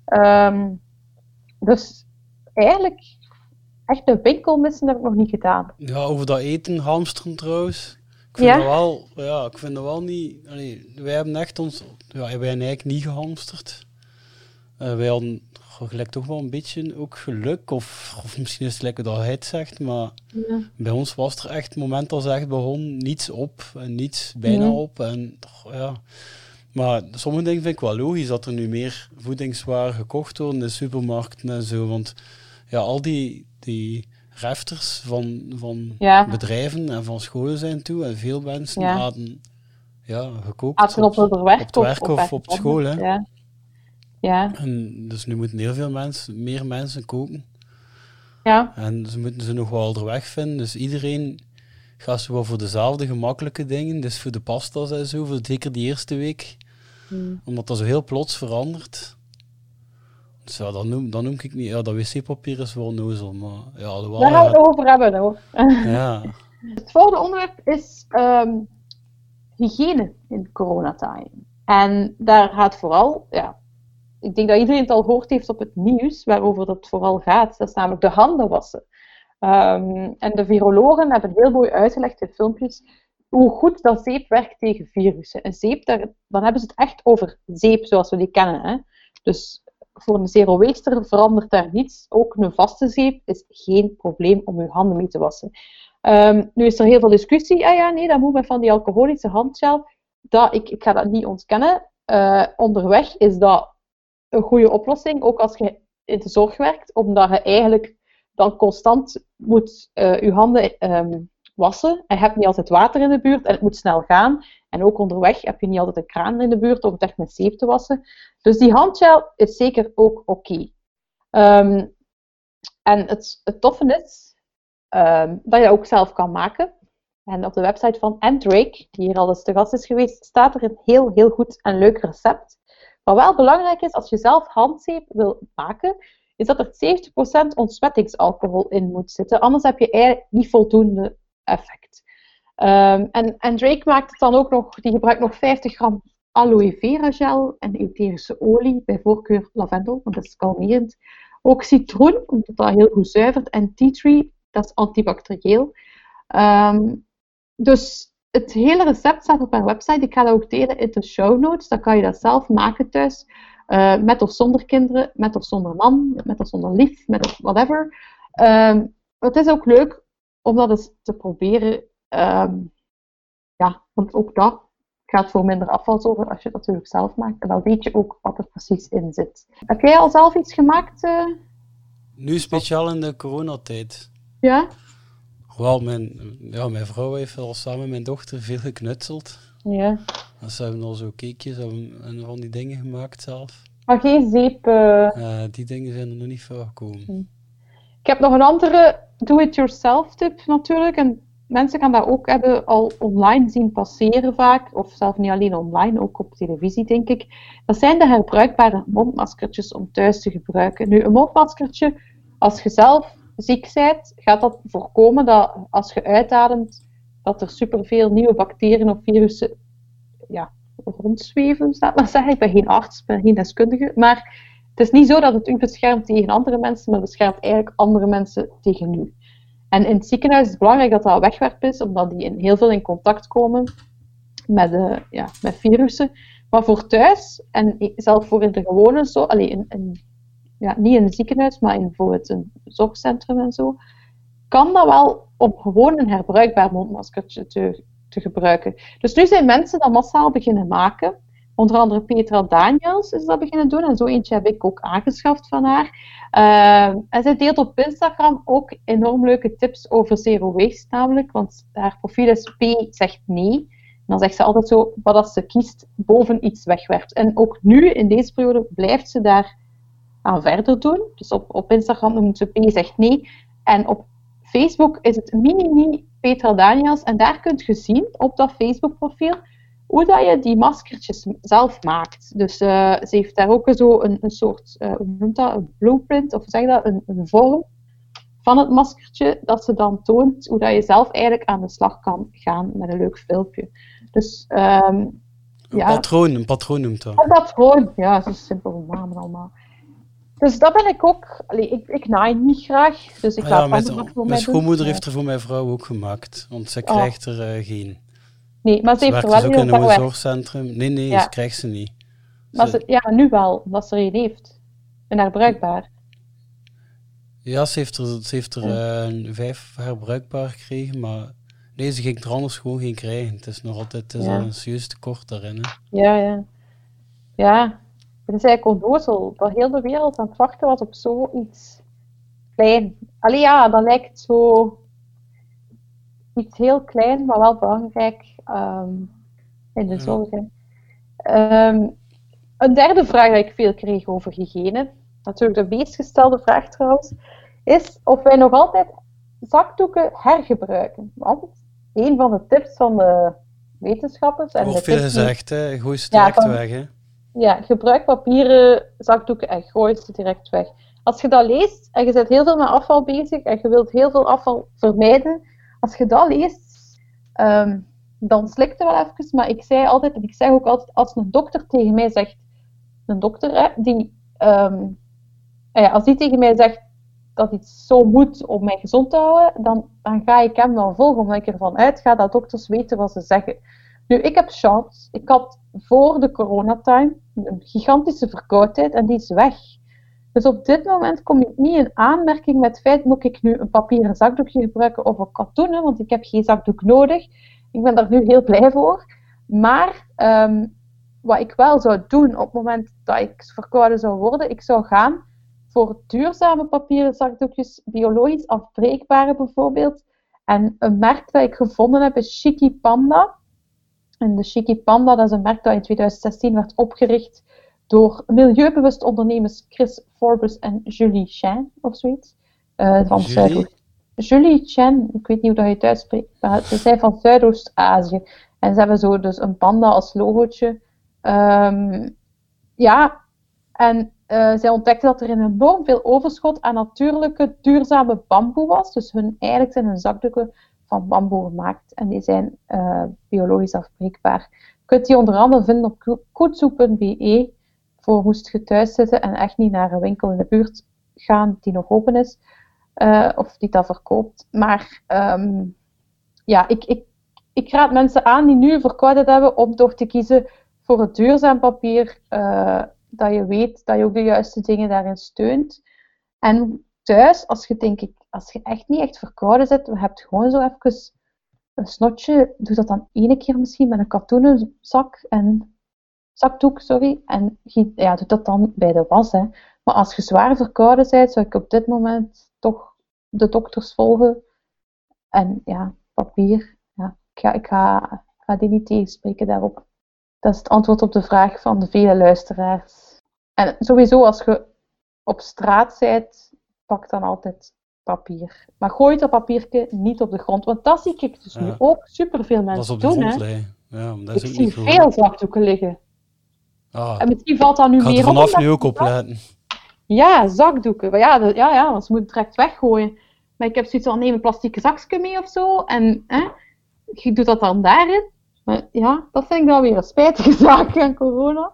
Dus eigenlijk, echt een winkel missen heb ik nog niet gedaan. Ja, over dat eten, hamsteren trouwens. Ik vind dat wel niet... wij hebben echt wij hebben eigenlijk niet gehamsterd. Wij hadden gelijk toch wel een beetje ook geluk, of misschien is het lekker dat hij het zegt, maar bij ons was er echt het moment als het echt begon, niets op en niets bijna op. En, maar sommige dingen vind ik wel logisch, dat er nu meer voedingswaren gekocht worden in de supermarkten en zo, want al die refters van bedrijven en van scholen zijn toe, en veel mensen hadden gekookt op het werk of op school. Hè. Ja. Ja. En dus nu moeten heel veel meer mensen koken. Ja. En ze moeten ze nog wel onderweg vinden. Dus iedereen gaat zo wel voor dezelfde gemakkelijke dingen. Dus voor de pasta's en zo, zeker die eerste week. Omdat dat zo heel plots verandert. Dus dan noem ik niet... Ja, dat wc-papier is wel nozel, maar... Ja, daar gaan we het over hebben, hoor. Ja. Het volgende onderwerp is hygiëne in coronatime. En daar gaat vooral... ik denk dat iedereen het al gehoord heeft op het nieuws, waarover het vooral gaat. Dat is namelijk de handen wassen. En de virologen hebben heel mooi uitgelegd in filmpjes hoe goed dat zeep werkt tegen virussen. Een zeep, dan hebben ze het echt over zeep zoals we die kennen. Hè? Dus voor een zero waster verandert daar niets. Ook een vaste zeep is geen probleem om je handen mee te wassen. Nu is er heel veel discussie. Dat moet met van die alcoholische handgel. Ik ga dat niet ontkennen. Onderweg is dat een goede oplossing, ook als je in de zorg werkt, omdat je eigenlijk dan constant moet je handen wassen. En je hebt niet altijd water in de buurt en het moet snel gaan. En ook onderweg heb je niet altijd een kraan in de buurt om het echt met zeep te wassen. Dus die handgel is zeker ook oké. En het toffe is dat je ook zelf kan maken. En op de website van Andrake, die hier al eens te gast is geweest, staat er een heel, heel goed en leuk recept. Wat wel belangrijk is, als je zelf handzeep wil maken, is dat er 70% ontsmettingsalcohol in moet zitten. Anders heb je eigenlijk niet voldoende effect. En Drake maakt het dan ook nog, die gebruikt nog 50 gram aloe vera gel en etherische olie, bij voorkeur lavendel, want dat is kalmerend. Ook citroen, omdat dat heel goed zuivert. En tea tree, dat is antibacterieel. Dus het hele recept staat op mijn website. Ik ga dat ook delen in de show notes. Dan kan je dat zelf maken thuis. Met of zonder kinderen, met of zonder man, met of zonder lief, met of whatever. Het is ook leuk om dat eens te proberen. Want ook dat gaat voor minder afval zorgen als je het natuurlijk zelf maakt. En dan weet je ook wat er precies in zit. Heb jij al zelf iets gemaakt? Nu speciaal in de coronatijd. Ja? Wel, mijn vrouw heeft al samen met mijn dochter veel geknutseld. Ja. En ze hebben al zo cakejes en van die dingen gemaakt zelf. Maar geen zeep? Die dingen zijn er nog niet voor gekomen. Ik heb nog een andere do-it-yourself tip natuurlijk. En mensen gaan dat ook hebben al online zien passeren vaak. Of zelf niet alleen online, ook op televisie denk ik. Dat zijn de herbruikbare mondmaskertjes om thuis te gebruiken. Nu, een mondmaskertje, als je zelf ziek bent, gaat dat voorkomen dat als je uitademt, dat er superveel nieuwe bacteriën of virussen rondzweven, laat maar zeggen. Ik ben geen arts, ik ben geen deskundige, maar het is niet zo dat het u beschermt tegen andere mensen, maar beschermt eigenlijk andere mensen tegen u. En in het ziekenhuis is het belangrijk dat dat wegwerp is, omdat die heel veel in contact komen met virussen. Maar voor thuis, en zelf voor in de gewone niet in het ziekenhuis, maar in bijvoorbeeld een zorgcentrum en zo, kan dat wel om gewoon een herbruikbaar mondmaskertje te gebruiken. Dus nu zijn mensen dat massaal beginnen maken. Onder andere Petra Daniels is dat beginnen doen. En zo eentje heb ik ook aangeschaft van haar. En zij deelt op Instagram ook enorm leuke tips over zero waste namelijk. Want haar profiel is P zegt nee. En dan zegt ze altijd zo wat als ze kiest boven iets wegwerpt. En ook nu, in deze periode, blijft ze daar aan verder doen. Dus op Instagram noemt ze P zegt nee. En op Facebook is het Mini Petra Daniels en daar kun je zien op dat Facebook-profiel hoe dat je die maskertjes zelf maakt. Dus ze heeft daar ook zo een soort, hoe noemt dat, een blueprint, of zeg dat, een vorm van het maskertje, dat ze dan toont hoe dat je zelf eigenlijk aan de slag kan gaan met een leuk filmpje. Dus, een patroon noemt dat. Een patroon, ja, zo simpel namen allemaal. Dus dat ben ik ook. Ik naai niet graag, dus ik laat anderen dat voor mij doen. Mijn schoonmoeder heeft er voor mijn vrouw ook gemaakt, want ze krijgt er geen. Nee, maar ze heeft er wel ook in een zorgcentrum. Nee, ze krijgt ze niet. Maar nu wel, omdat ze er een heeft. En herbruikbaar. Ja, ze heeft er 5 herbruikbaar gekregen, maar nee, ze ging er anders gewoon geen krijgen. Het is nog altijd een serieus tekort daarin. Hè. Ja. Het is eigenlijk onnozel dat heel de wereld aan het wachten was op zoiets klein. Allee ja, dat lijkt zo iets heel klein, maar wel belangrijk in de zorg. Een derde vraag die ik veel kreeg over hygiëne, natuurlijk de meest gestelde vraag trouwens, is of wij nog altijd zakdoeken hergebruiken. Want een van de tips van de wetenschappers... Er wordt veel gezegd, hè? Gooi ze direct weg, hè? Ja, gebruik papieren zakdoeken en gooi ze direct weg. Als je dat leest en je bent heel veel met afval bezig en je wilt heel veel afval vermijden, als je dat leest, dan slikt het wel even. Maar ik zei altijd, en ik zeg ook altijd, als een dokter tegen mij zegt, een dokter, als die tegen mij zegt dat iets zo moet om mij gezond te houden, dan ga ik hem wel volgen, omdat ik ervan uitga dat dokters weten wat ze zeggen. Nu, ik heb chance. Ik had voor de coronatime een gigantische verkoudheid en die is weg. Dus op dit moment kom ik niet in aanmerking met het feit, moet ik nu een papieren zakdoekje gebruiken of een katoenen, want ik heb geen zakdoek nodig. Ik ben daar nu heel blij voor. Maar wat ik wel zou doen op het moment dat ik verkouden zou worden, ik zou gaan voor duurzame papieren zakdoekjes, biologisch afbreekbare bijvoorbeeld. En een merk dat ik gevonden heb is Chiqui Panda. En de Chiqui Panda, dat is een merk dat in 2016 werd opgericht door milieubewust ondernemers Chris Forbes en Julie Chen, of zoiets. Van Julie Chen, ik weet niet hoe je het uitspreekt, maar ze zijn van Zuidoost-Azië. En ze hebben zo dus een panda als logootje. En zij ontdekten dat er een enorm veel overschot aan natuurlijke, duurzame bamboe was. Dus eigenlijk zijn hun zakdoeken van bamboe gemaakt. En die zijn biologisch afbreekbaar. Je kunt die onder andere vinden op koetsoe.be. Voor moest je thuis zitten en echt niet naar een winkel in de buurt gaan die nog open is. Of die dat verkoopt. Maar ik raad mensen aan die nu een verkoudheid hebben om toch te kiezen voor het duurzaam papier. Dat je weet dat je ook de juiste dingen daarin steunt. En thuis, als je echt niet echt verkouden zit, je hebt gewoon zo even een snotje, doe dat dan 1 keer misschien met een katoenen zakdoek, en doe dat dan bij de was. Hè. Maar als je zwaar verkouden bent, zou ik op dit moment toch de dokters volgen. En ja, papier, ik ga die niet tegenspreken daarop. Dat is het antwoord op de vraag van de vele luisteraars. En sowieso, als je op straat bent, pak dan altijd papier. Maar gooi dat papiertje niet op de grond, want dat zie ik dus nu ook superveel mensen doen. Dat is op de grond liggen. Dat is ik zie veel zakdoeken liggen. En misschien valt dat nu meer op. Ik ga er vanaf nu ook opletten. Ja, zakdoeken. Maar want ze moeten het direct weggooien. Maar ik heb zoiets van, neem een plastieke zakje mee of zo. En je doet dat dan daarin. Maar ja, dat vind ik dan weer een spijtige zaak aan corona.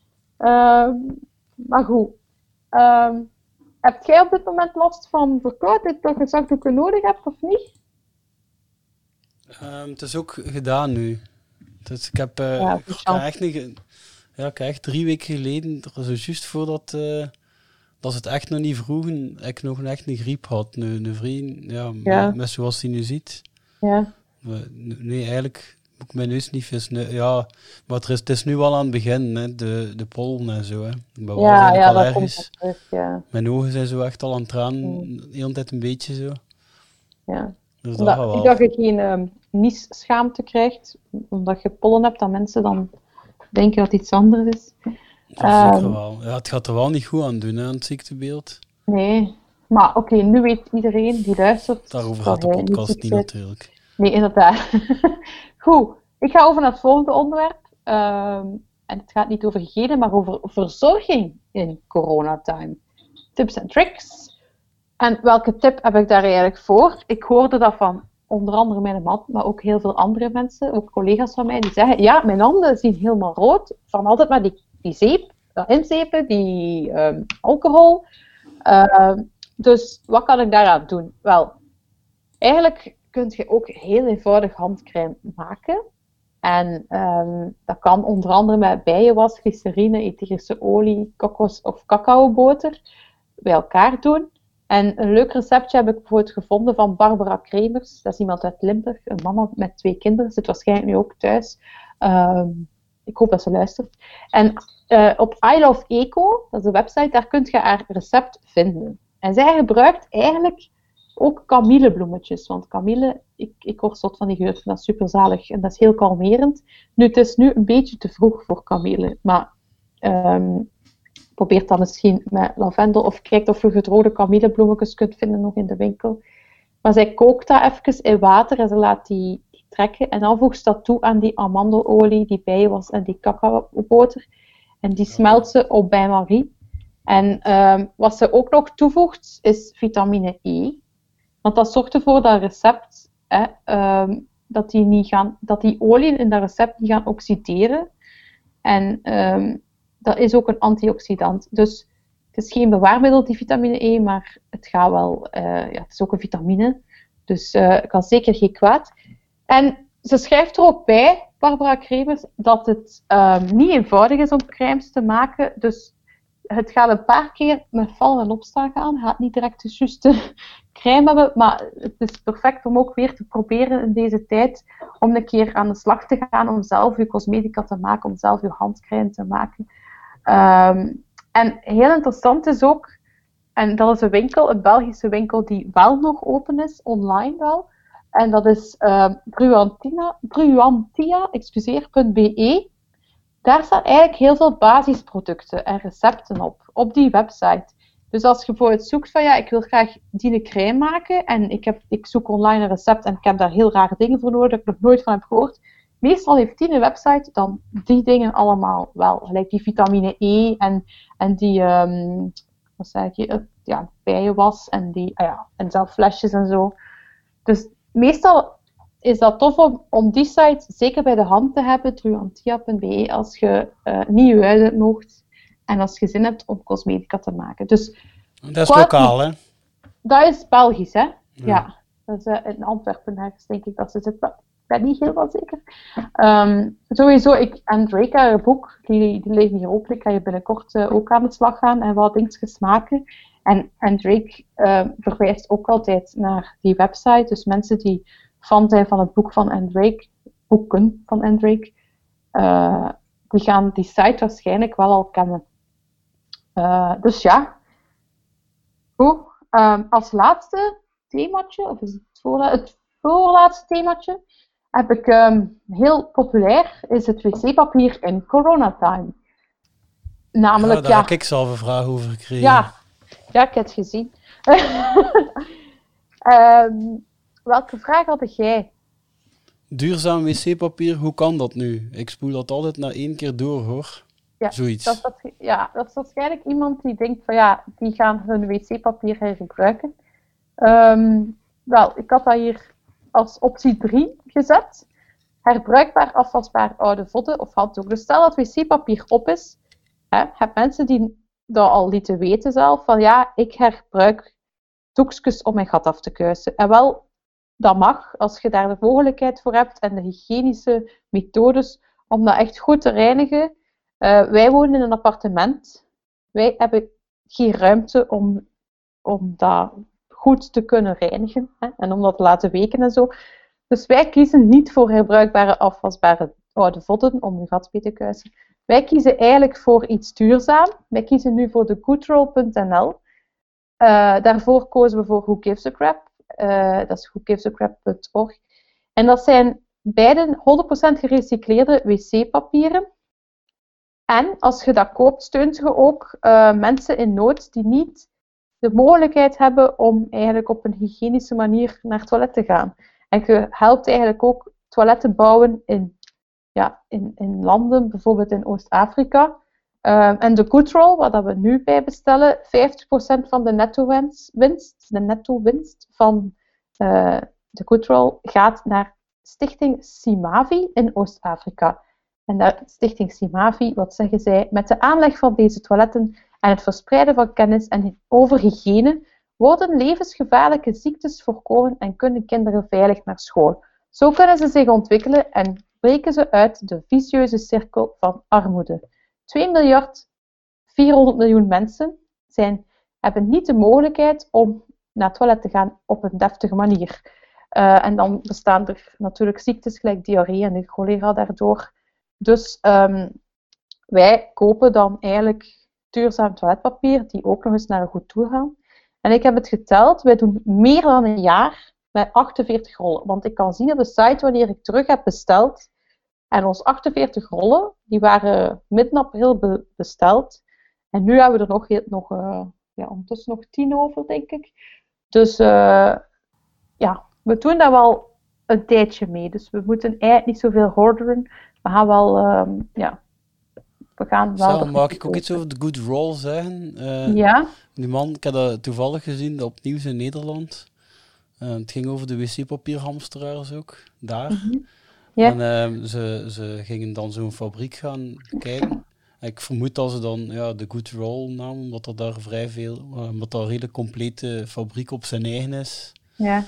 Maar goed. Heb jij op dit moment last van verkoudheid dat je zakdoeken nodig hebt of niet? Het is ook gedaan nu. Dus ik heb echt 3 weken geleden, zo juist voordat dat ze het echt nog niet vroegen, ik nog echt een griep had. Een vriend, met zoals hij nu ziet. Ja. Nee, eigenlijk moet ik mijn neus niet vissen. Ja, maar het is nu wel aan het begin, hè, de pollen en zo. Hè. Dat komt terug, ja. Mijn ogen zijn zo echt al aan het tranen, de hele tijd een beetje zo. Ja. Dus dat je geen niesschaamte krijgt, omdat je pollen hebt, dat mensen dan denken dat het iets anders is. Dat zeker wel. Ja, het gaat er wel niet goed aan doen, hè, aan het ziektebeeld. Nee. Maar oké, nu weet iedereen die luistert... Daarover gaat de podcast niet natuurlijk. Nee, inderdaad. Goed, ik ga over naar het volgende onderwerp. En het gaat niet over hygiëne, maar over verzorging in coronatime. Tips en tricks. En welke tip heb ik daar eigenlijk voor? Ik hoorde dat van onder andere mijn man, maar ook heel veel andere mensen, ook collega's van mij, die zeggen, ja, mijn handen zien helemaal rood van altijd maar die zeep, dat inzeepen, die alcohol. Dus wat kan ik daaraan doen? Wel, eigenlijk kun je ook heel eenvoudig handcrème maken. En dat kan onder andere met bijenwas, glycerine, etherische olie, kokos of cacaoboter bij elkaar doen. En een leuk receptje heb ik bijvoorbeeld gevonden van Barbara Kremers. Dat is iemand uit Limburg, een mama met 2 kinderen. Zit waarschijnlijk nu ook thuis. Ik hoop dat ze luistert. En op I Love Eco, dat is de website, daar kun je haar recept vinden. En zij gebruikt eigenlijk ook kamillebloemetjes. Want kamille, ik word zot van die geur, dat is super zalig. En dat is heel kalmerend. Nu, het is nu een beetje te vroeg voor kamille. Maar probeer dat misschien met lavendel. Of kijk of je gedroogde kamillebloemetjes kunt vinden nog in de winkel. Maar zij kookt dat even in water en ze laat die trekken. En dan voegt ze dat toe aan die amandelolie, die bijenwas en die cacaoboter. En die smelt ze op bain-marie. En wat ze ook nog toevoegt, is vitamine E. Want dat zorgt ervoor dat recept, dat die oliën in dat recept niet gaan oxideren. En dat is ook een antioxidant. Dus het is geen bewaarmiddel, die vitamine E, maar het gaat wel, het is ook een vitamine. Dus het kan zeker geen kwaad. En ze schrijft er ook bij, Barbara Kremers, dat het niet eenvoudig is om crèmes te maken. Dus het gaat een paar keer met vallen en opstaan gaan. Het gaat niet direct de juiste crème hebben, maar het is perfect om ook weer te proberen in deze tijd om een keer aan de slag te gaan, om zelf je cosmetica te maken, om zelf je handcrème te maken. En heel interessant is ook, en dat is een Belgische winkel die wel nog open is, online wel, en dat is bruantia.be. Daar staan eigenlijk heel veel basisproducten en recepten op die website. Dus als je bijvoorbeeld zoekt van ik wil graag die crème maken en ik zoek online een recept en ik heb daar heel rare dingen voor nodig dat ik nog nooit van heb gehoord. Meestal heeft die een website dan die dingen allemaal wel. Gelijk die vitamine E en die, bijenwas en die, en zelf flesjes en zo. Dus meestal is dat tof om die site zeker bij de hand te hebben, bruantia.be, als je niet je huis uit moogt en als je zin hebt om cosmetica te maken. Dus, dat is lokaal, hè? Dat is Belgisch, hè? Ja. Dat is in Antwerpen, ergens denk ik dat ze zit. Ik ben niet helemaal zeker. Sowieso, Andrake, haar boek, die liggen hier open. Ik ga je binnenkort ook aan de slag gaan en wat dingetjes maken. En Andrake verwijst ook altijd naar die website. Dus mensen die fan zijn van het boek van Andrake, boeken van Andrake, die gaan die site waarschijnlijk wel al kennen. Dus ja. Goed. Als laatste themaatje, of is het voorlaatste themaatje, heb ik heel populair, is het wc-papier in coronatime. Namelijk, daar heb ik zelf een vraag over gekregen. Ja, ik heb het gezien. Welke vraag had jij? Duurzaam wc-papier, hoe kan dat nu? Ik spoel dat altijd na 1 keer door, hoor. Ja, zoiets. Dat is waarschijnlijk iemand die denkt van die gaan hun wc-papier hergebruiken. Wel, ik had dat hier als optie 3 gezet. Herbruikbaar, afwasbaar, oude vodden of handdoek. Dus stel dat wc-papier op is, heb mensen die dat al lieten weten zelf, van ik herbruik doekjes om mijn gat af te kuisen. En wel, dat mag, als je daar de mogelijkheid voor hebt en de hygiënische methodes om dat echt goed te reinigen. Wij wonen in een appartement. Wij hebben geen ruimte om dat goed te kunnen reinigen en om dat te laten weken en zo. Dus wij kiezen niet voor herbruikbare, afwasbare oude vodden om je gat mee te kuisen. Wij kiezen eigenlijk voor iets duurzaam. Wij kiezen nu voor de goodroll.nl. Daarvoor kozen we voor Who Gives a Crap. Dat is whogivesacrap.org. En dat zijn beide 100% gerecycleerde wc-papieren. En als je dat koopt, steunt je ook mensen in nood die niet de mogelijkheid hebben om eigenlijk op een hygiënische manier naar het toilet te gaan. En je helpt eigenlijk ook toiletten bouwen in landen, bijvoorbeeld in Oost-Afrika. En de Goodroll, waar dat we nu bij bestellen, 50% van de netto-winst van de Goodroll gaat naar Stichting Simavi in Oost-Afrika. En de Stichting Simavi, wat zeggen zij? Met de aanleg van deze toiletten en het verspreiden van kennis over hygiëne worden levensgevaarlijke ziektes voorkomen en kunnen kinderen veilig naar school. Zo kunnen ze zich ontwikkelen en breken ze uit de vicieuze cirkel van armoede. 2.400.000.000 mensen hebben niet de mogelijkheid om naar het toilet te gaan op een deftige manier. En dan bestaan er natuurlijk ziektes gelijk diarree en de cholera daardoor. Dus wij kopen dan eigenlijk duurzaam toiletpapier, die ook nog eens naar een goed doel gaan. En ik heb het geteld, wij doen meer dan een jaar met 48 rollen. Want ik kan zien op de site wanneer ik terug heb besteld. En onze 48 rollen, die waren midden april besteld. En nu hebben we er ondertussen nog 10 over, denk ik. Dus we doen daar wel een tijdje mee. Dus we moeten eigenlijk niet zoveel orderen. We gaan wel, we gaan wel... Zo, mag ik ook iets over de Goodroll zeggen? Ja? Die man, ik heb dat toevallig gezien op nieuws in Nederland. Het ging over de wc-papierhamsteraars ook, daar. Mm-hmm. Ja. En ze gingen dan zo'n fabriek gaan kijken. Ik vermoed dat ze dan de Goodroll namen, omdat er daar vrij veel, omdat daar een hele complete fabriek op zijn eigen is. Ja.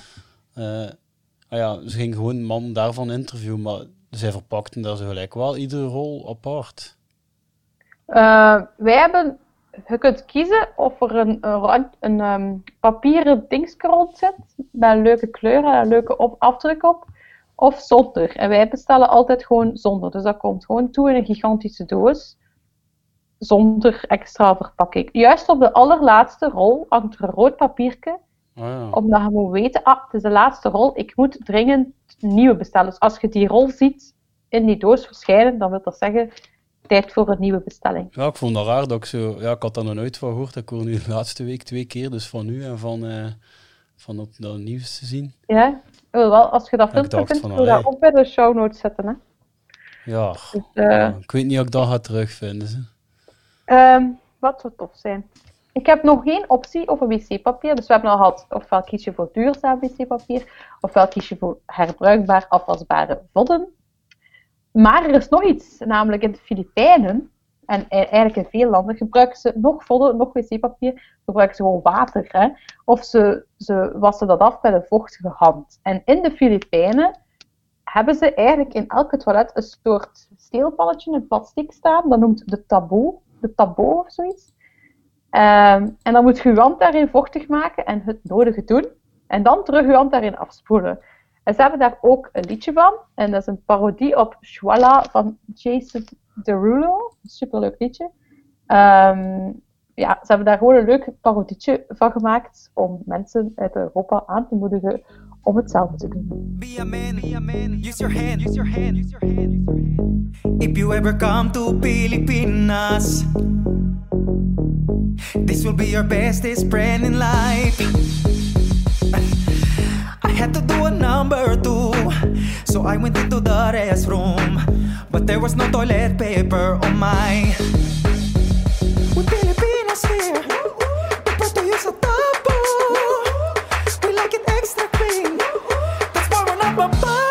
Ze gingen gewoon een man daarvan interviewen, maar zij verpakten daar zo gelijk wel iedere rol apart. Wij hebben, je kunt kiezen of er een papieren dingetje rond zit, met een leuke kleur en een leuke afdruk op, of zonder. En wij bestellen altijd gewoon zonder. Dus dat komt gewoon toe in een gigantische doos, zonder extra verpakking. Juist op de allerlaatste rol hangt er een rood papiertje, omdat je moet weten, het is de laatste rol, ik moet dringend een nieuwe bestellen. Dus als je die rol ziet in die doos verschijnen, dan wil dat zeggen, tijd voor een nieuwe bestelling. Ja, ik vond dat raar dat ik zo... Ja, ik had daar nog nooit van gehoord. Ik hoor nu de laatste week 2 keer, dus van u en van op dat nieuws te zien. Ja, wel, als je dat filmpje vindt, kun je dat ook bij de show notes zetten. Hè? Ja, dus, ik weet niet of ik dat ga terugvinden. Wat zou tof zijn. Ik heb nog geen optie over wc-papier. Dus we hebben al gehad, ofwel kies je voor duurzaam wc-papier, ofwel kies je voor herbruikbaar afwasbare vodden. Maar er is nog iets, namelijk in de Filipijnen, en eigenlijk in veel landen, gebruiken ze nog vodden, nog wc-papier, gebruiken ze gewoon water. Hè? Of ze wassen dat af met een vochtige hand. En in de Filipijnen hebben ze eigenlijk in elke toilet een soort steelpannetje, een plastic staan, dat noemt de tabo of zoiets. En dan moet je je hand daarin vochtig maken en het nodige doen. En dan terug je hand daarin afspoelen. En ze hebben daar ook een liedje van. En dat is een parodie op Shwala van Jason Derulo. Een superleuk liedje. Ze hebben daar gewoon een leuk parodietje van gemaakt om mensen uit Europa aan te moedigen om hetzelfde te doen. Be a man, use your hand, use your hand, use your hand, use your hand. If you ever come to Pilipinas, this will be your bestest friend in life. I had to do a number 2, so I went into the restroom, but there was no toilet paper on my. With Filipinas here, we put to use a tabo. We like it extra clean. That's why we're not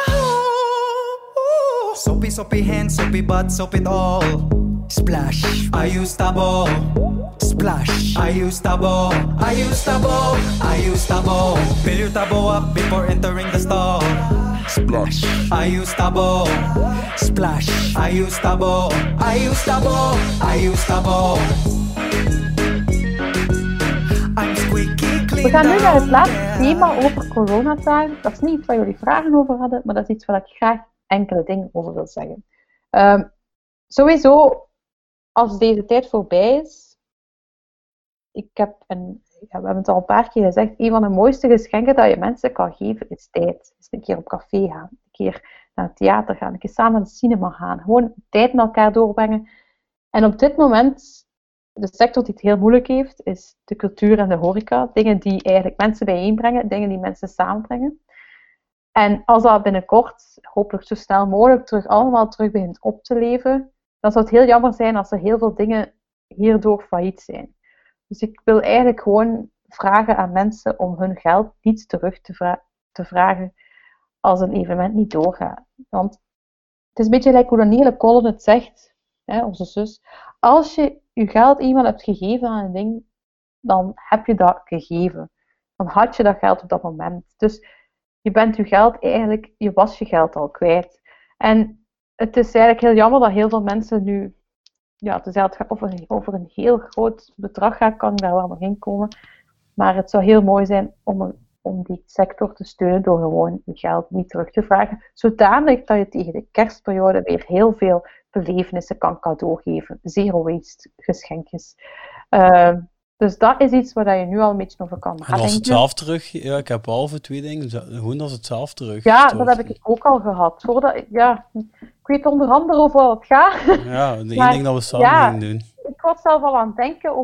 soapy, soapy hands, soapy butt, soap it all. Splash, I use tabo. Splash, I use tabo. I use tabo. I use tabo. Fill your tabo up before entering the stall. Splash, I use tabo. Splash, I use tabo. I use tabo. I use tabo. I'm squeaky clean. We gaan nu naar het laatste thema over coronatijd. Dat is niet iets waar jullie vragen over hadden, maar dat is iets waar ik graag enkele dingen over wil zeggen. Sowieso, als deze tijd voorbij is, we hebben het al een paar keer gezegd, een van de mooiste geschenken dat je mensen kan geven is tijd. Dus een keer op café gaan, een keer naar het theater gaan, een keer samen naar de cinema gaan. Gewoon tijd met elkaar doorbrengen. En op dit moment de sector die het heel moeilijk heeft, is de cultuur en de horeca. Dingen die eigenlijk mensen bijeenbrengen, dingen die mensen samenbrengen. En als dat binnenkort, hopelijk zo snel mogelijk, allemaal terug begint op te leven, dan zou het heel jammer zijn als er heel veel dingen hierdoor failliet zijn. Dus ik wil eigenlijk gewoon vragen aan mensen om hun geld niet terug te vragen als een evenement niet doorgaat. Want het is een beetje like hoe Danielle Collen het zegt, hè, onze zus. Als je je geld eenmaal hebt gegeven aan een ding, dan heb je dat gegeven. Dan had je dat geld op dat moment. Dus je bent je geld eigenlijk, je was je geld al kwijt. En het is eigenlijk heel jammer dat heel veel mensen nu, ja, het gaat over een heel groot bedrag gaat, kan ik daar wel nog in komen. Maar het zou heel mooi zijn om die sector te steunen door gewoon je geld niet terug te vragen. Zodanig dat je tegen de kerstperiode weer heel veel belevenissen kan cadeau geven. Zero waste geschenkjes. Dus dat is iets waar je nu al een beetje over kan nadenken. En als het zelf terug... Ja, ik heb al voor 2 dingen. Gewoon als het zelf terug... Ja, dat heb ik ook al gehad. Ik weet onder andere over wat het gaat. Ja, de ene ding dat we samen gingen doen. Ik was zelf al aan het denken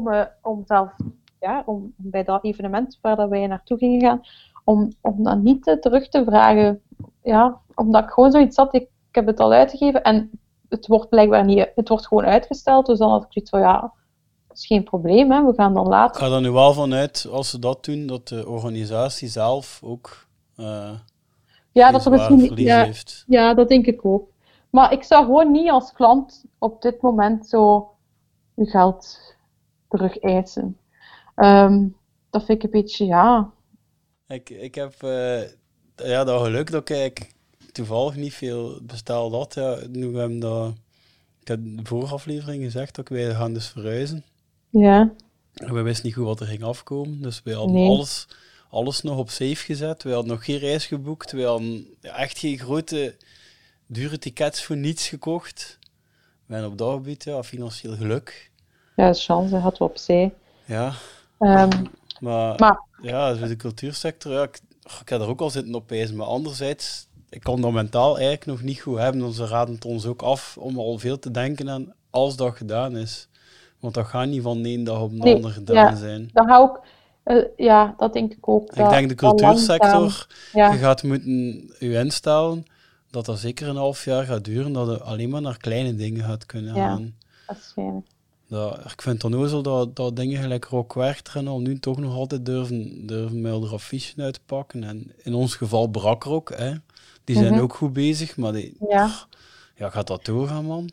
om bij dat evenement waar dat wij naartoe gingen gaan, om dat niet terug te vragen. Ja, omdat ik gewoon zoiets had, ik heb het al uitgegeven en het wordt blijkbaar niet... Het wordt gewoon uitgesteld, dus dan had ik zoiets van, ja... Dat is geen probleem, hè. We gaan dan later... Ik ga er nu wel vanuit, als ze dat doen, dat de organisatie zelf ook dat er misschien verlies heeft. Ja, dat denk ik ook. Maar ik zou gewoon niet als klant op dit moment zo je geld terug eisen. Dat vind ik een beetje, ja... Ik heb dat geluk dat ik toevallig niet veel besteld had. Ja, nu ik heb in de vorige aflevering gezegd dat wij gaan dus verhuizen. Ja. En we wisten niet goed wat er ging afkomen, dus wij hadden alles nog op safe gezet. We hadden nog geen reis geboekt. We hadden echt geen grote, dure tickets voor niets gekocht. We hebben op dat gebied financieel geluk. Ja, chance had we opzij. Ja. Maar ja, de cultuursector, ik heb er ook al zitten opwijzen. Maar anderzijds, ik kan dat mentaal eigenlijk nog niet goed hebben. Dus ze raden het ons ook af om al veel te denken aan als dat gedaan is. Want dat gaat niet van de ene dag op de andere gedaan zijn. Dat ga ook, dat denk ik ook. Ik denk de cultuursector, je gaat moeten je instellen dat dat zeker een half jaar gaat duren, dat je alleen maar naar kleine dingen gaat kunnen gaan. Dat is fijn. Ik vind het onnozel dat dingen gelijk Rockwerchter en al nu toch nog altijd durven met er affiches uit te pakken. En in ons geval Brakrock, hè. Die zijn ook goed bezig, maar gaat dat doorgaan, man?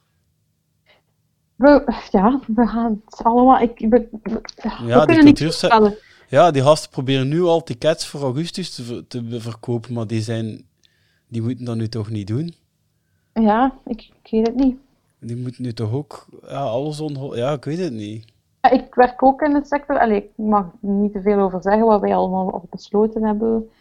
We gaan het allemaal... die cultuursector... Ja, die gasten proberen nu al tickets voor augustus te verkopen, maar die moeten dat nu toch niet doen? Ja, ik weet het niet. Die moeten nu toch ook alles ik weet het niet. Ja, ik werk ook in de sector. Ik mag niet te veel over zeggen wat wij allemaal al besloten hebben.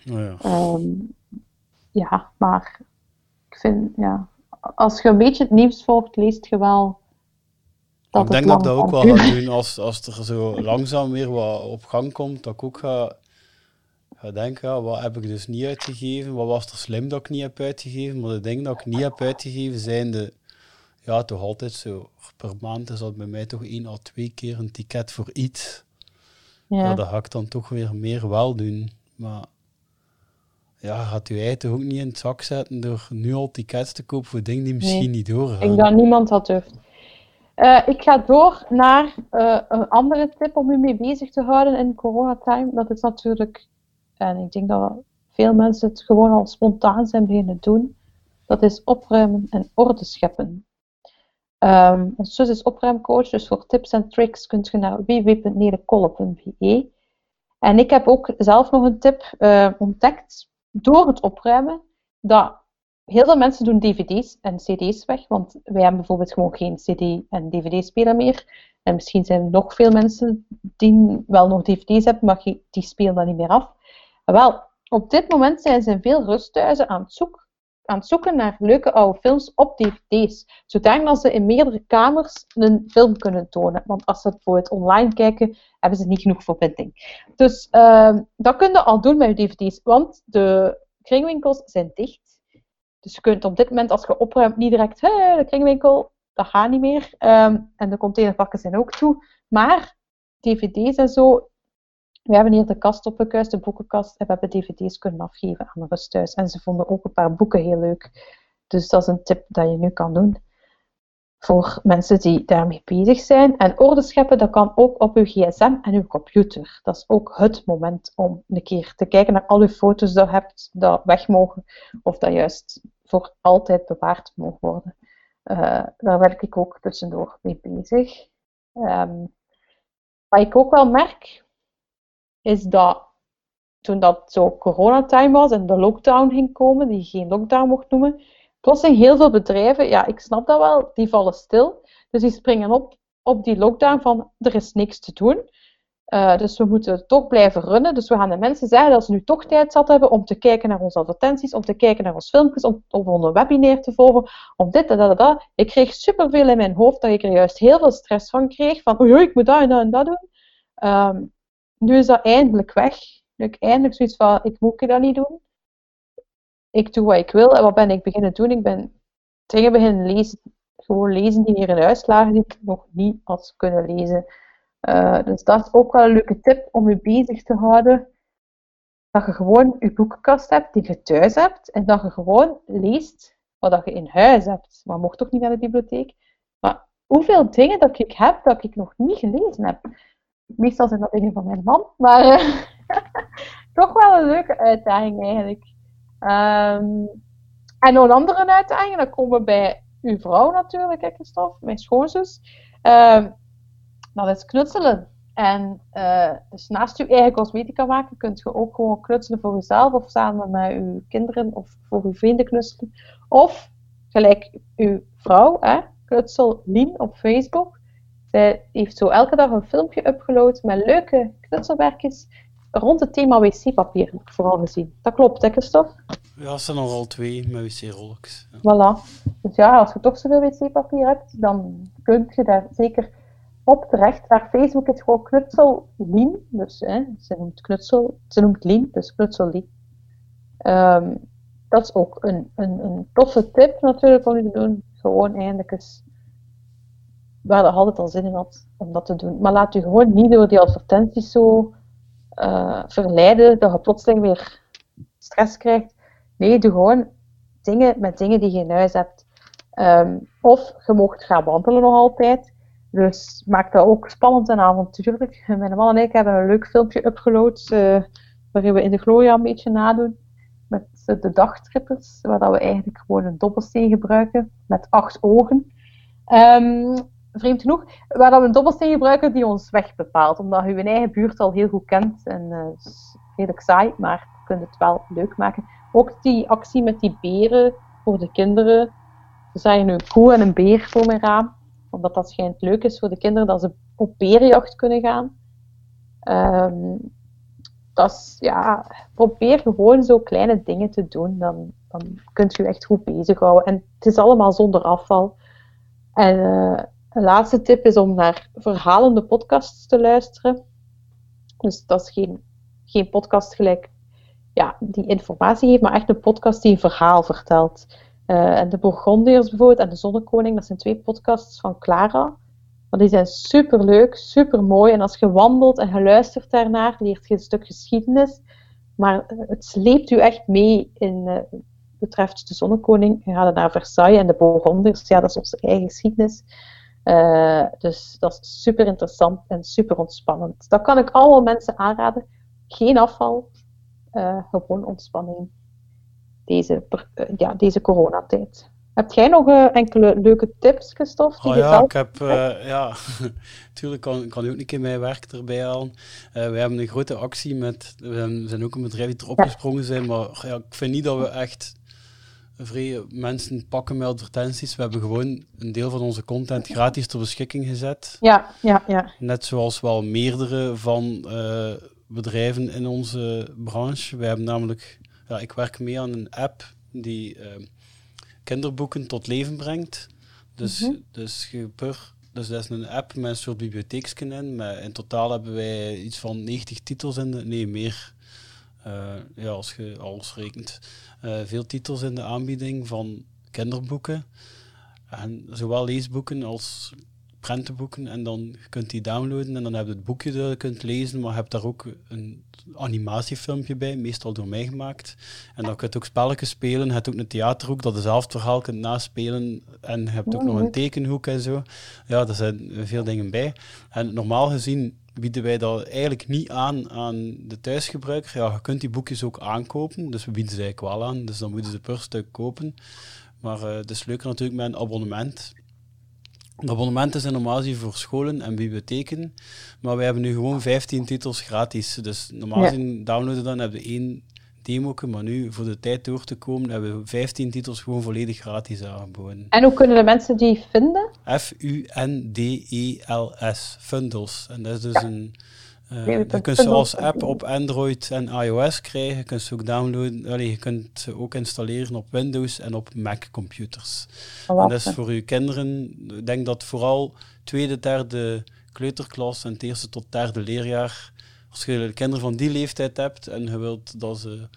Maar ik vind, als je een beetje het nieuws volgt, leest je wel dat ik denk dat ik dat ook wel ga doen als er zo langzaam weer wat op gang komt, dat ik ook ga denken, wat heb ik dus niet uitgegeven, wat was er slim dat ik niet heb uitgegeven, maar de dingen dat ik niet heb uitgegeven zijn toch altijd zo, per maand is dat bij mij toch 1 à 2 keer een ticket voor iets. Ja, dat ga ik dan toch weer meer wel doen, maar gaat u toch ook niet in het zak zetten door nu al tickets te kopen voor dingen die misschien niet doorgaan. Ik denk dat niemand dat durft. Ik ga door naar een andere tip om u mee bezig te houden in coronatime. Dat is natuurlijk, en ik denk dat veel mensen het gewoon al spontaan zijn beginnen doen, dat is opruimen en orde scheppen. Ons zus is opruimcoach, dus voor tips en tricks kunt je naar www.nelekolle.be. En ik heb ook zelf nog een tip ontdekt door het opruimen, dat heel veel mensen doen dvd's en cd's weg, want wij hebben bijvoorbeeld gewoon geen cd- en dvd-speler meer. En misschien zijn er nog veel mensen die wel nog dvd's hebben, maar die spelen dat niet meer af. Wel, op dit moment zijn ze in veel rusthuizen aan het zoeken naar leuke oude films op dvd's. Zodat ze in meerdere kamers een film kunnen tonen. Want als ze bijvoorbeeld online kijken, hebben ze niet genoeg verbinding. Dus dat kun je al doen met je dvd's, want de kringwinkels zijn dicht. Dus je kunt op dit moment, als je opruimt, niet direct de kringwinkel dat gaat niet meer. En de containerpakken zijn ook toe. Maar dvd's en zo, we hebben hier de kast opgekuist, de boekenkast, en we hebben dvd's kunnen afgeven aan de rusthuis. En ze vonden ook een paar boeken heel leuk. Dus dat is een tip dat je nu kan doen. Voor mensen die daarmee bezig zijn. En orde scheppen, dat kan ook op uw gsm en uw computer. Dat is ook het moment om een keer te kijken naar al uw foto's die je hebt, dat weg mogen. Of dat juist voor altijd bewaard mogen worden. Daar werk ik ook tussendoor mee bezig. Wat ik ook wel merk, is dat toen dat zo coronatime was en de lockdown ging komen, die je geen lockdown mocht noemen, plotseling heel veel bedrijven, ja, ik snap dat wel, die vallen stil. Dus die springen op die lockdown van, er is niks te doen. Dus we moeten toch blijven runnen. Dus we gaan de mensen zeggen dat ze nu toch tijd zat hebben om te kijken naar onze advertenties, om te kijken naar onze filmpjes, om een webinar te volgen, om dit en dat. Ik kreeg superveel in mijn hoofd dat ik er juist heel veel stress van kreeg. Van, oei, ik moet dat en dat en dat doen. Nu is dat eindelijk weg. Nu heb ik eindelijk zoiets van, ik moet dat niet doen. Ik doe wat ik wil. En wat ben ik beginnen doen? Ik ben dingen beginnen lezen. Gewoon lezen die hier in huis lagen, die ik nog niet had kunnen lezen. Dus dat is ook wel een leuke tip om je bezig te houden. Dat je gewoon je boekenkast hebt die je thuis hebt. En dat je gewoon leest wat je in huis hebt. Maar je mocht toch niet naar de bibliotheek. Maar hoeveel dingen dat ik heb, dat ik nog niet gelezen heb. Meestal zijn dat dingen van mijn man. Maar toch wel een leuke uitdaging eigenlijk. En nog een andere uitdaging, dan komen we bij uw vrouw natuurlijk, hè, Christophe, mijn schoonzus. Dat is knutselen. En dus naast je eigen cosmetica maken, kunt je ook gewoon knutselen voor jezelf of samen met uw kinderen of voor uw vrienden knutselen. Of, gelijk uw vrouw, hè, Knutsel Lien op Facebook. Zij heeft zo elke dag een filmpje upgeload met leuke knutselwerkjes rond het thema wc-papier, heb ik vooral gezien. Dat klopt, hè, Christophe? Ja, er zijn nogal 2 met wc-rolletjes. Ja. Voilà. Dus ja, als je toch zoveel wc-papier hebt, dan kun je daar zeker op terecht. Haar Facebook is gewoon Knutsel Lien. Dus ze noemt Lien, dus Knutsel Lien. Dat is ook een toffe tip natuurlijk om te doen. Gewoon eindelijk eens waar je altijd al zin in had om dat te doen. Maar laat je gewoon niet door die advertenties zo verleiden dat je plotseling weer stress krijgt. Nee, doe gewoon dingen die je in huis hebt. Of je mocht gaan wandelen nog altijd. Dus maak dat ook spannend en avontuurlijk. Mijn man en ik hebben een leuk filmpje upgeload waarin we in de Gloria een beetje nadoen met de dagtrippers, waar we eigenlijk gewoon een dobbelsteen gebruiken met 8 ogen. Vreemd genoeg, waar we een dobbelsteen gebruiken die ons weg bepaalt, omdat je je eigen buurt al heel goed kent en het is redelijk saai, maar je kunt het wel leuk maken. Ook die actie met die beren voor de kinderen. Ze zagen een koe en een beer voor mijn raam, omdat dat schijnt leuk is voor de kinderen dat ze op berenjacht kunnen gaan. Dat is, ja, probeer gewoon zo kleine dingen te doen, dan kun je je echt goed bezighouden. En het is allemaal zonder afval. En een laatste tip is om naar verhalende podcasts te luisteren. Dus dat is geen podcast gelijk die informatie geeft, maar echt een podcast die een verhaal vertelt. En de Bourgondiërs bijvoorbeeld en de Zonnekoning, dat zijn 2 podcasts van Clara. Maar die zijn superleuk, supermooi. En als je wandelt en je luistert daarnaar, leert je een stuk geschiedenis. Maar het sleept u echt mee in betreft de Zonnekoning. Je gaat naar Versailles en de Bourgondiërs. Ja, dat is onze eigen geschiedenis. Dus dat is super interessant en super ontspannend. Dat kan ik allemaal mensen aanraden. Geen afval, gewoon ontspanning. Deze coronatijd. Heb jij nog enkele leuke tips, Christophe? Ik heb, natuurlijk kan u ook een keer mijn werk erbij halen. We hebben een grote actie we zijn ook een bedrijf die erop gesprongen zijn, maar ik vind niet dat we echt mensen pakken met advertenties. We hebben gewoon een deel van onze content gratis ter beschikking gezet. Ja. Net zoals wel meerdere van bedrijven in onze branche. We hebben namelijk, ik werk mee aan een app die kinderboeken tot leven brengt. Dus dat is een app met een soort bibliotheekje in. In totaal hebben wij iets van 90 titels meer. Als je alles rekent. Veel titels in de aanbieding van kinderboeken. En zowel leesboeken als prentenboeken. En dan kunt je die downloaden en dan heb je het boekje dat je kunt lezen, maar je hebt daar ook een animatiefilmpje bij, meestal door mij gemaakt. En dan kun je ook spelletjes spelen. Je hebt ook een theaterhoek dat je zelf het verhaal kunt naspelen. En je hebt ook nog een tekenhoek en zo. Ja, daar zijn veel dingen bij. En normaal gezien bieden wij dat eigenlijk niet aan de thuisgebruiker. Ja, je kunt die boekjes ook aankopen, dus we bieden ze eigenlijk wel aan. Dus dan moeten ze per stuk kopen. Maar het is leuker natuurlijk met een abonnement. De abonnementen zijn normaal gezien voor scholen en bibliotheken, maar wij hebben nu gewoon 15 titels gratis. Dus normaal gezien downloaden dan hebben we 1 demoke, maar nu voor de tijd door te komen hebben we 15 titels gewoon volledig gratis aangeboden. En hoe kunnen de mensen die vinden? Fundels, Fundels. En dat is dus je kunt ze als app op Android en iOS krijgen. Je kunt ze ook downloaden. Je kunt ze ook installeren op Windows en op Mac-computers. En dat is voor uw kinderen. Ik denk dat vooral tweede, derde kleuterklas en het eerste tot derde leerjaar, als je kinderen van die leeftijd hebt en je wilt dat ze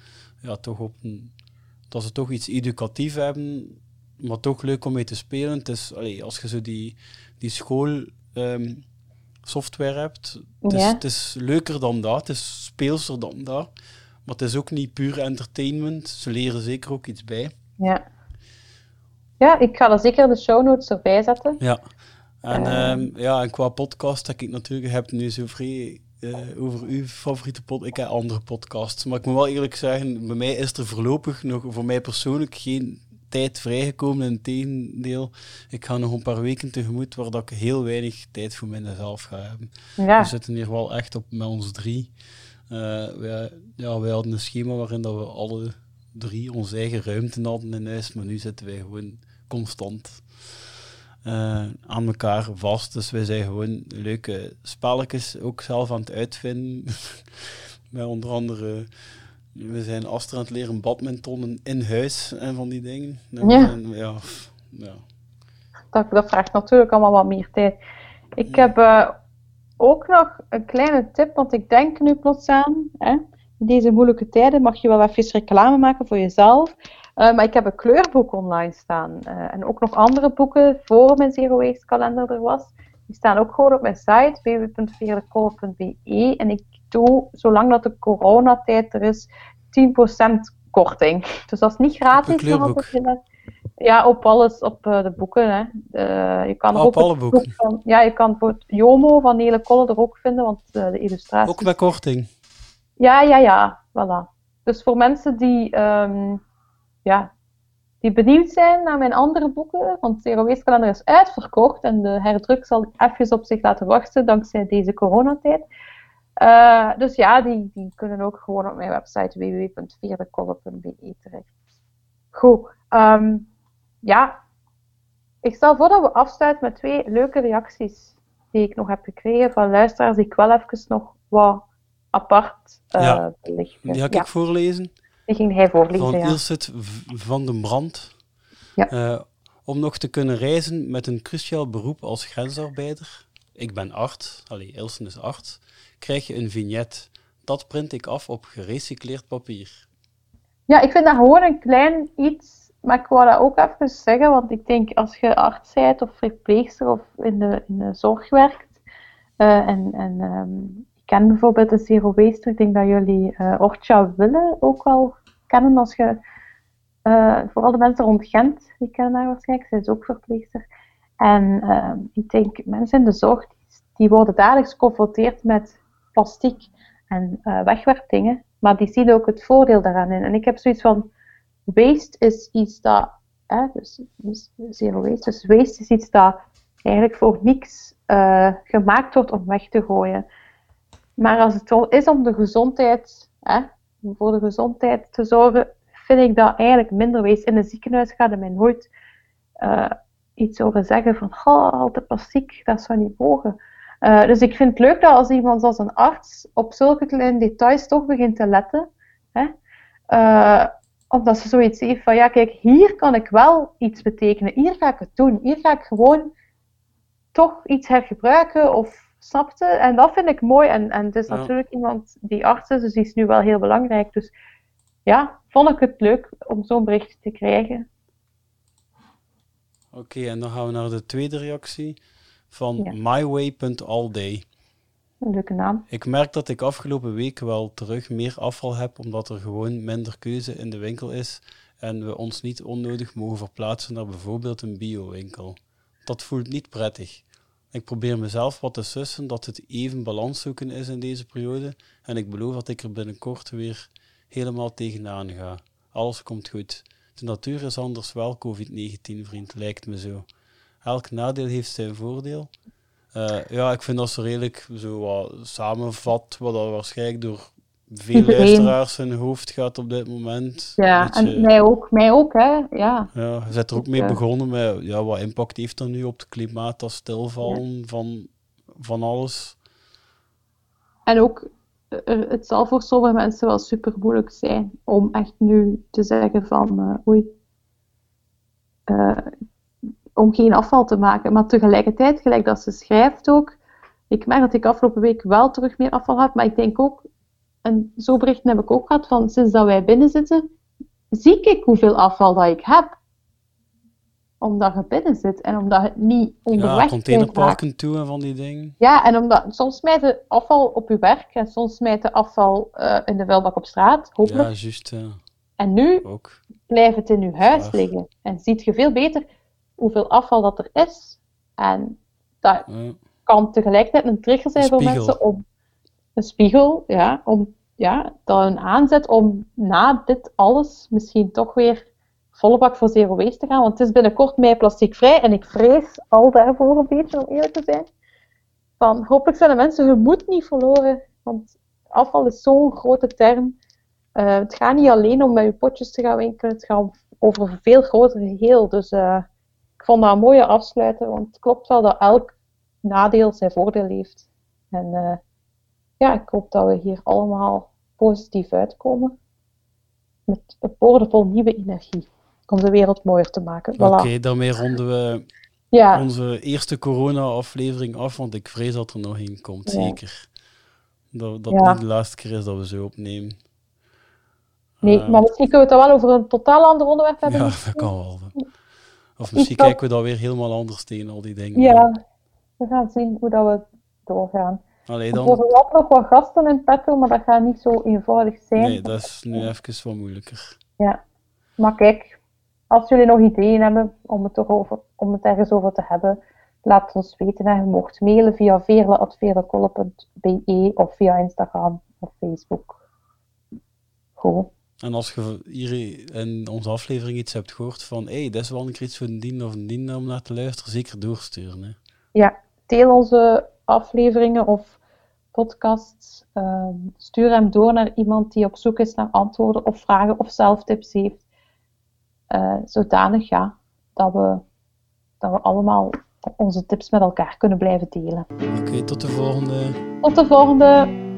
toch iets educatief hebben, maar toch leuk om mee te spelen. Het is, als je zo die school software hebt, het is leuker dan dat, het is speelser dan dat, maar het is ook niet puur entertainment. Ze leren zeker ook iets bij. Ja, ik ga er zeker de show notes erbij zetten. Ja, en qua podcast heb ik nu zo vrij over uw favoriete podcast. Ik heb andere podcasts, maar ik moet wel eerlijk zeggen, bij mij is er voorlopig nog voor mij persoonlijk geen tijd vrijgekomen. Integendeel, ik ga nog een paar weken tegemoet waar dat ik heel weinig tijd voor mezelf ga hebben. We zitten hier wel echt op met ons 3. Wij hadden een schema waarin dat we alle 3 onze eigen ruimte hadden in huis, maar nu zitten wij gewoon constant aan elkaar vast. Dus wij zijn gewoon leuke spelletjes ook zelf aan het uitvinden. Met onder andere, we zijn Astra aan het leren badmintonnen in huis en van die dingen. Dat vraagt natuurlijk allemaal wat meer tijd. Ik heb ook nog een kleine tip, want ik denk nu plots aan, in deze moeilijke tijden mag je wel even reclame maken voor jezelf. Maar ik heb een kleurboek online staan. En ook nog andere boeken voor mijn Zero Waste kalender er was. Die staan ook gewoon op mijn site, www.veerdekool.be. En ik doe, zolang dat de coronatijd er is, 10% korting. Dus dat is niet gratis. Op een kleurboek? Ja, op alles, op de boeken. Hè. Je kan op alle boeken? Je kan bijvoorbeeld Jomo van Nele Kolle er ook vinden, want de illustraties... Ook met korting? Ja, voilà. Dus voor mensen die benieuwd zijn naar mijn andere boeken, want Zero Waste kalender is uitverkocht en de herdruk zal even op zich laten wachten dankzij deze coronatijd. Dus ja, die kunnen ook gewoon op mijn website www.veerdekolle.be terecht. Goed. Ik stel voor dat we afsluiten met 2 leuke reacties die ik nog heb gekregen van luisteraars die ik wel even nog wat apart belichten. Die ga ik voorlezen. Die ging hij voorlezen, van Ilset van den Brand. Ja. Om nog te kunnen reizen met een cruciaal beroep als grensarbeider. Ik ben arts, Ilsen is arts. Krijg je een vignet. Dat print ik af op gerecycleerd papier. Ja, ik vind dat gewoon een klein iets. Maar ik wou dat ook even zeggen, want ik denk als je arts bent of verpleegster of in de zorg werkt. Ik ken bijvoorbeeld de Zero Waste. Ik denk dat jullie Ortja Wille ook wel kennen als je... vooral de mensen rond Gent, die kennen haar waarschijnlijk. Zij is ook verpleegster. En ik denk, mensen in de zorg, die worden dagelijks geconfronteerd met plastic en wegwerpdingen. Maar die zien ook het voordeel daaraan in. En ik heb zoiets van... Waste is iets dat... Dus zero waste. Dus waste is iets dat eigenlijk voor niks gemaakt wordt om weg te gooien. Maar als het wel is om de gezondheid... voor de gezondheid te zorgen... vind ik dat eigenlijk minder waste. In een ziekenhuis gaat er mij nooit iets over zeggen van... al te plastic, dat zou niet mogen. Dus ik vind het leuk dat als iemand als een arts op zulke kleine details toch begint te letten. Omdat ze zoiets heeft van, ja kijk, hier kan ik wel iets betekenen. Hier ga ik het doen. Hier ga ik gewoon toch iets hergebruiken of snapte. En dat vind ik mooi. En het is natuurlijk iemand die arts is, dus die is nu wel heel belangrijk. Dus ja, vond ik het leuk om zo'n bericht te krijgen. Oké, en dan gaan we naar de tweede reactie van Ja. myway.allday. Een leuke naam. Ik merk dat ik afgelopen week wel terug meer afval heb, omdat er gewoon minder keuze in de winkel is en we ons niet onnodig mogen verplaatsen naar bijvoorbeeld een bio-winkel. Dat voelt niet prettig. Ik probeer mezelf wat te sussen dat het even balans zoeken is in deze periode en ik beloof dat ik er binnenkort weer helemaal tegenaan ga. Alles komt goed. De natuur is anders wel COVID-19, vriend, lijkt me zo. Elk nadeel heeft zijn voordeel. Ja, ik vind dat ze redelijk zo wat samenvat, wat dat waarschijnlijk door veel Iedereen. luisteraars in hun hoofd gaat op dit moment. Ja, Beetje, en mij ook, hè. Ja. ja, je bent er ook mee begonnen met, ja, wat impact heeft dat nu op het klimaat, dat stilvallen van alles. En ook, het zal voor sommige mensen wel super moeilijk zijn om echt nu te zeggen van, om geen afval te maken. Maar tegelijkertijd, gelijk dat ze schrijft ook, ik merk dat ik afgelopen week wel terug meer afval had, maar ik denk ook, en zo berichten heb ik ook gehad, van sinds dat wij binnen zitten, zie ik hoeveel afval dat ik heb. Omdat je binnen zit en omdat het niet onderweg Ja, containerparken toe en van die dingen. Ja, en omdat soms smijt je afval op je werk en soms smijt je afval in de vuilbak op straat, hopelijk. Ja, juist, ja. En nu Ook. blijft het in je huis Zwaar. liggen. En ziet je veel beter hoeveel afval dat er is. En dat Ja. kan tegelijkertijd een trigger zijn Een voor spiegel. mensen om een spiegel, ja, om dat een aanzet om na dit alles misschien toch weer volle bak voor zero waste te gaan. Want het is binnenkort mei plasticvrij en ik vrees al daarvoor een beetje, om eerlijk te zijn. Van, hopelijk zijn de mensen hun moed niet verloren, want afval is zo'n grote term. Het gaat niet alleen om met je potjes te gaan winkelen, het gaat over een veel groter geheel. Dus ik vond dat een mooie afsluiter, want het klopt wel dat elk nadeel zijn voordeel heeft. En ik hoop dat we hier allemaal positief uitkomen. Met een boordevol nieuwe energie. Om de wereld mooier te maken. Oké, Voilà. daarmee ronden we Ja, onze eerste corona-aflevering af, want ik vrees dat er nog één komt, Ja. zeker. Dat Ja. niet de laatste keer is dat we zo opnemen. nee, maar misschien kunnen we het dan wel over een totaal ander onderwerp hebben. Ja, dat kan wel. Of misschien dat- kijken we dat weer helemaal anders tegen, al die dingen. Ja, we gaan zien hoe dat we doorgaan. Allee, We dan... hebben wel nog wat gasten in petto, maar dat gaat niet zo eenvoudig zijn. Nee, dat is nu even wat moeilijker. Ja, maar kijk, als jullie nog ideeën hebben om het ergens over te hebben, laat het ons weten. En je mocht mailen via veerle@veerlekolle.be of via Instagram of Facebook. Goed. En als je hier in onze aflevering iets hebt gehoord van hey, dat is wel een keer iets voor een dien of een dien om naar te luisteren, zeker doorsturen. Hè. Ja, deel onze afleveringen of podcasts. Stuur hem door naar iemand die op zoek is naar antwoorden of vragen of zelf tips heeft. Zodanig dat we allemaal onze tips met elkaar kunnen blijven delen. Oké, tot de volgende. Tot de volgende!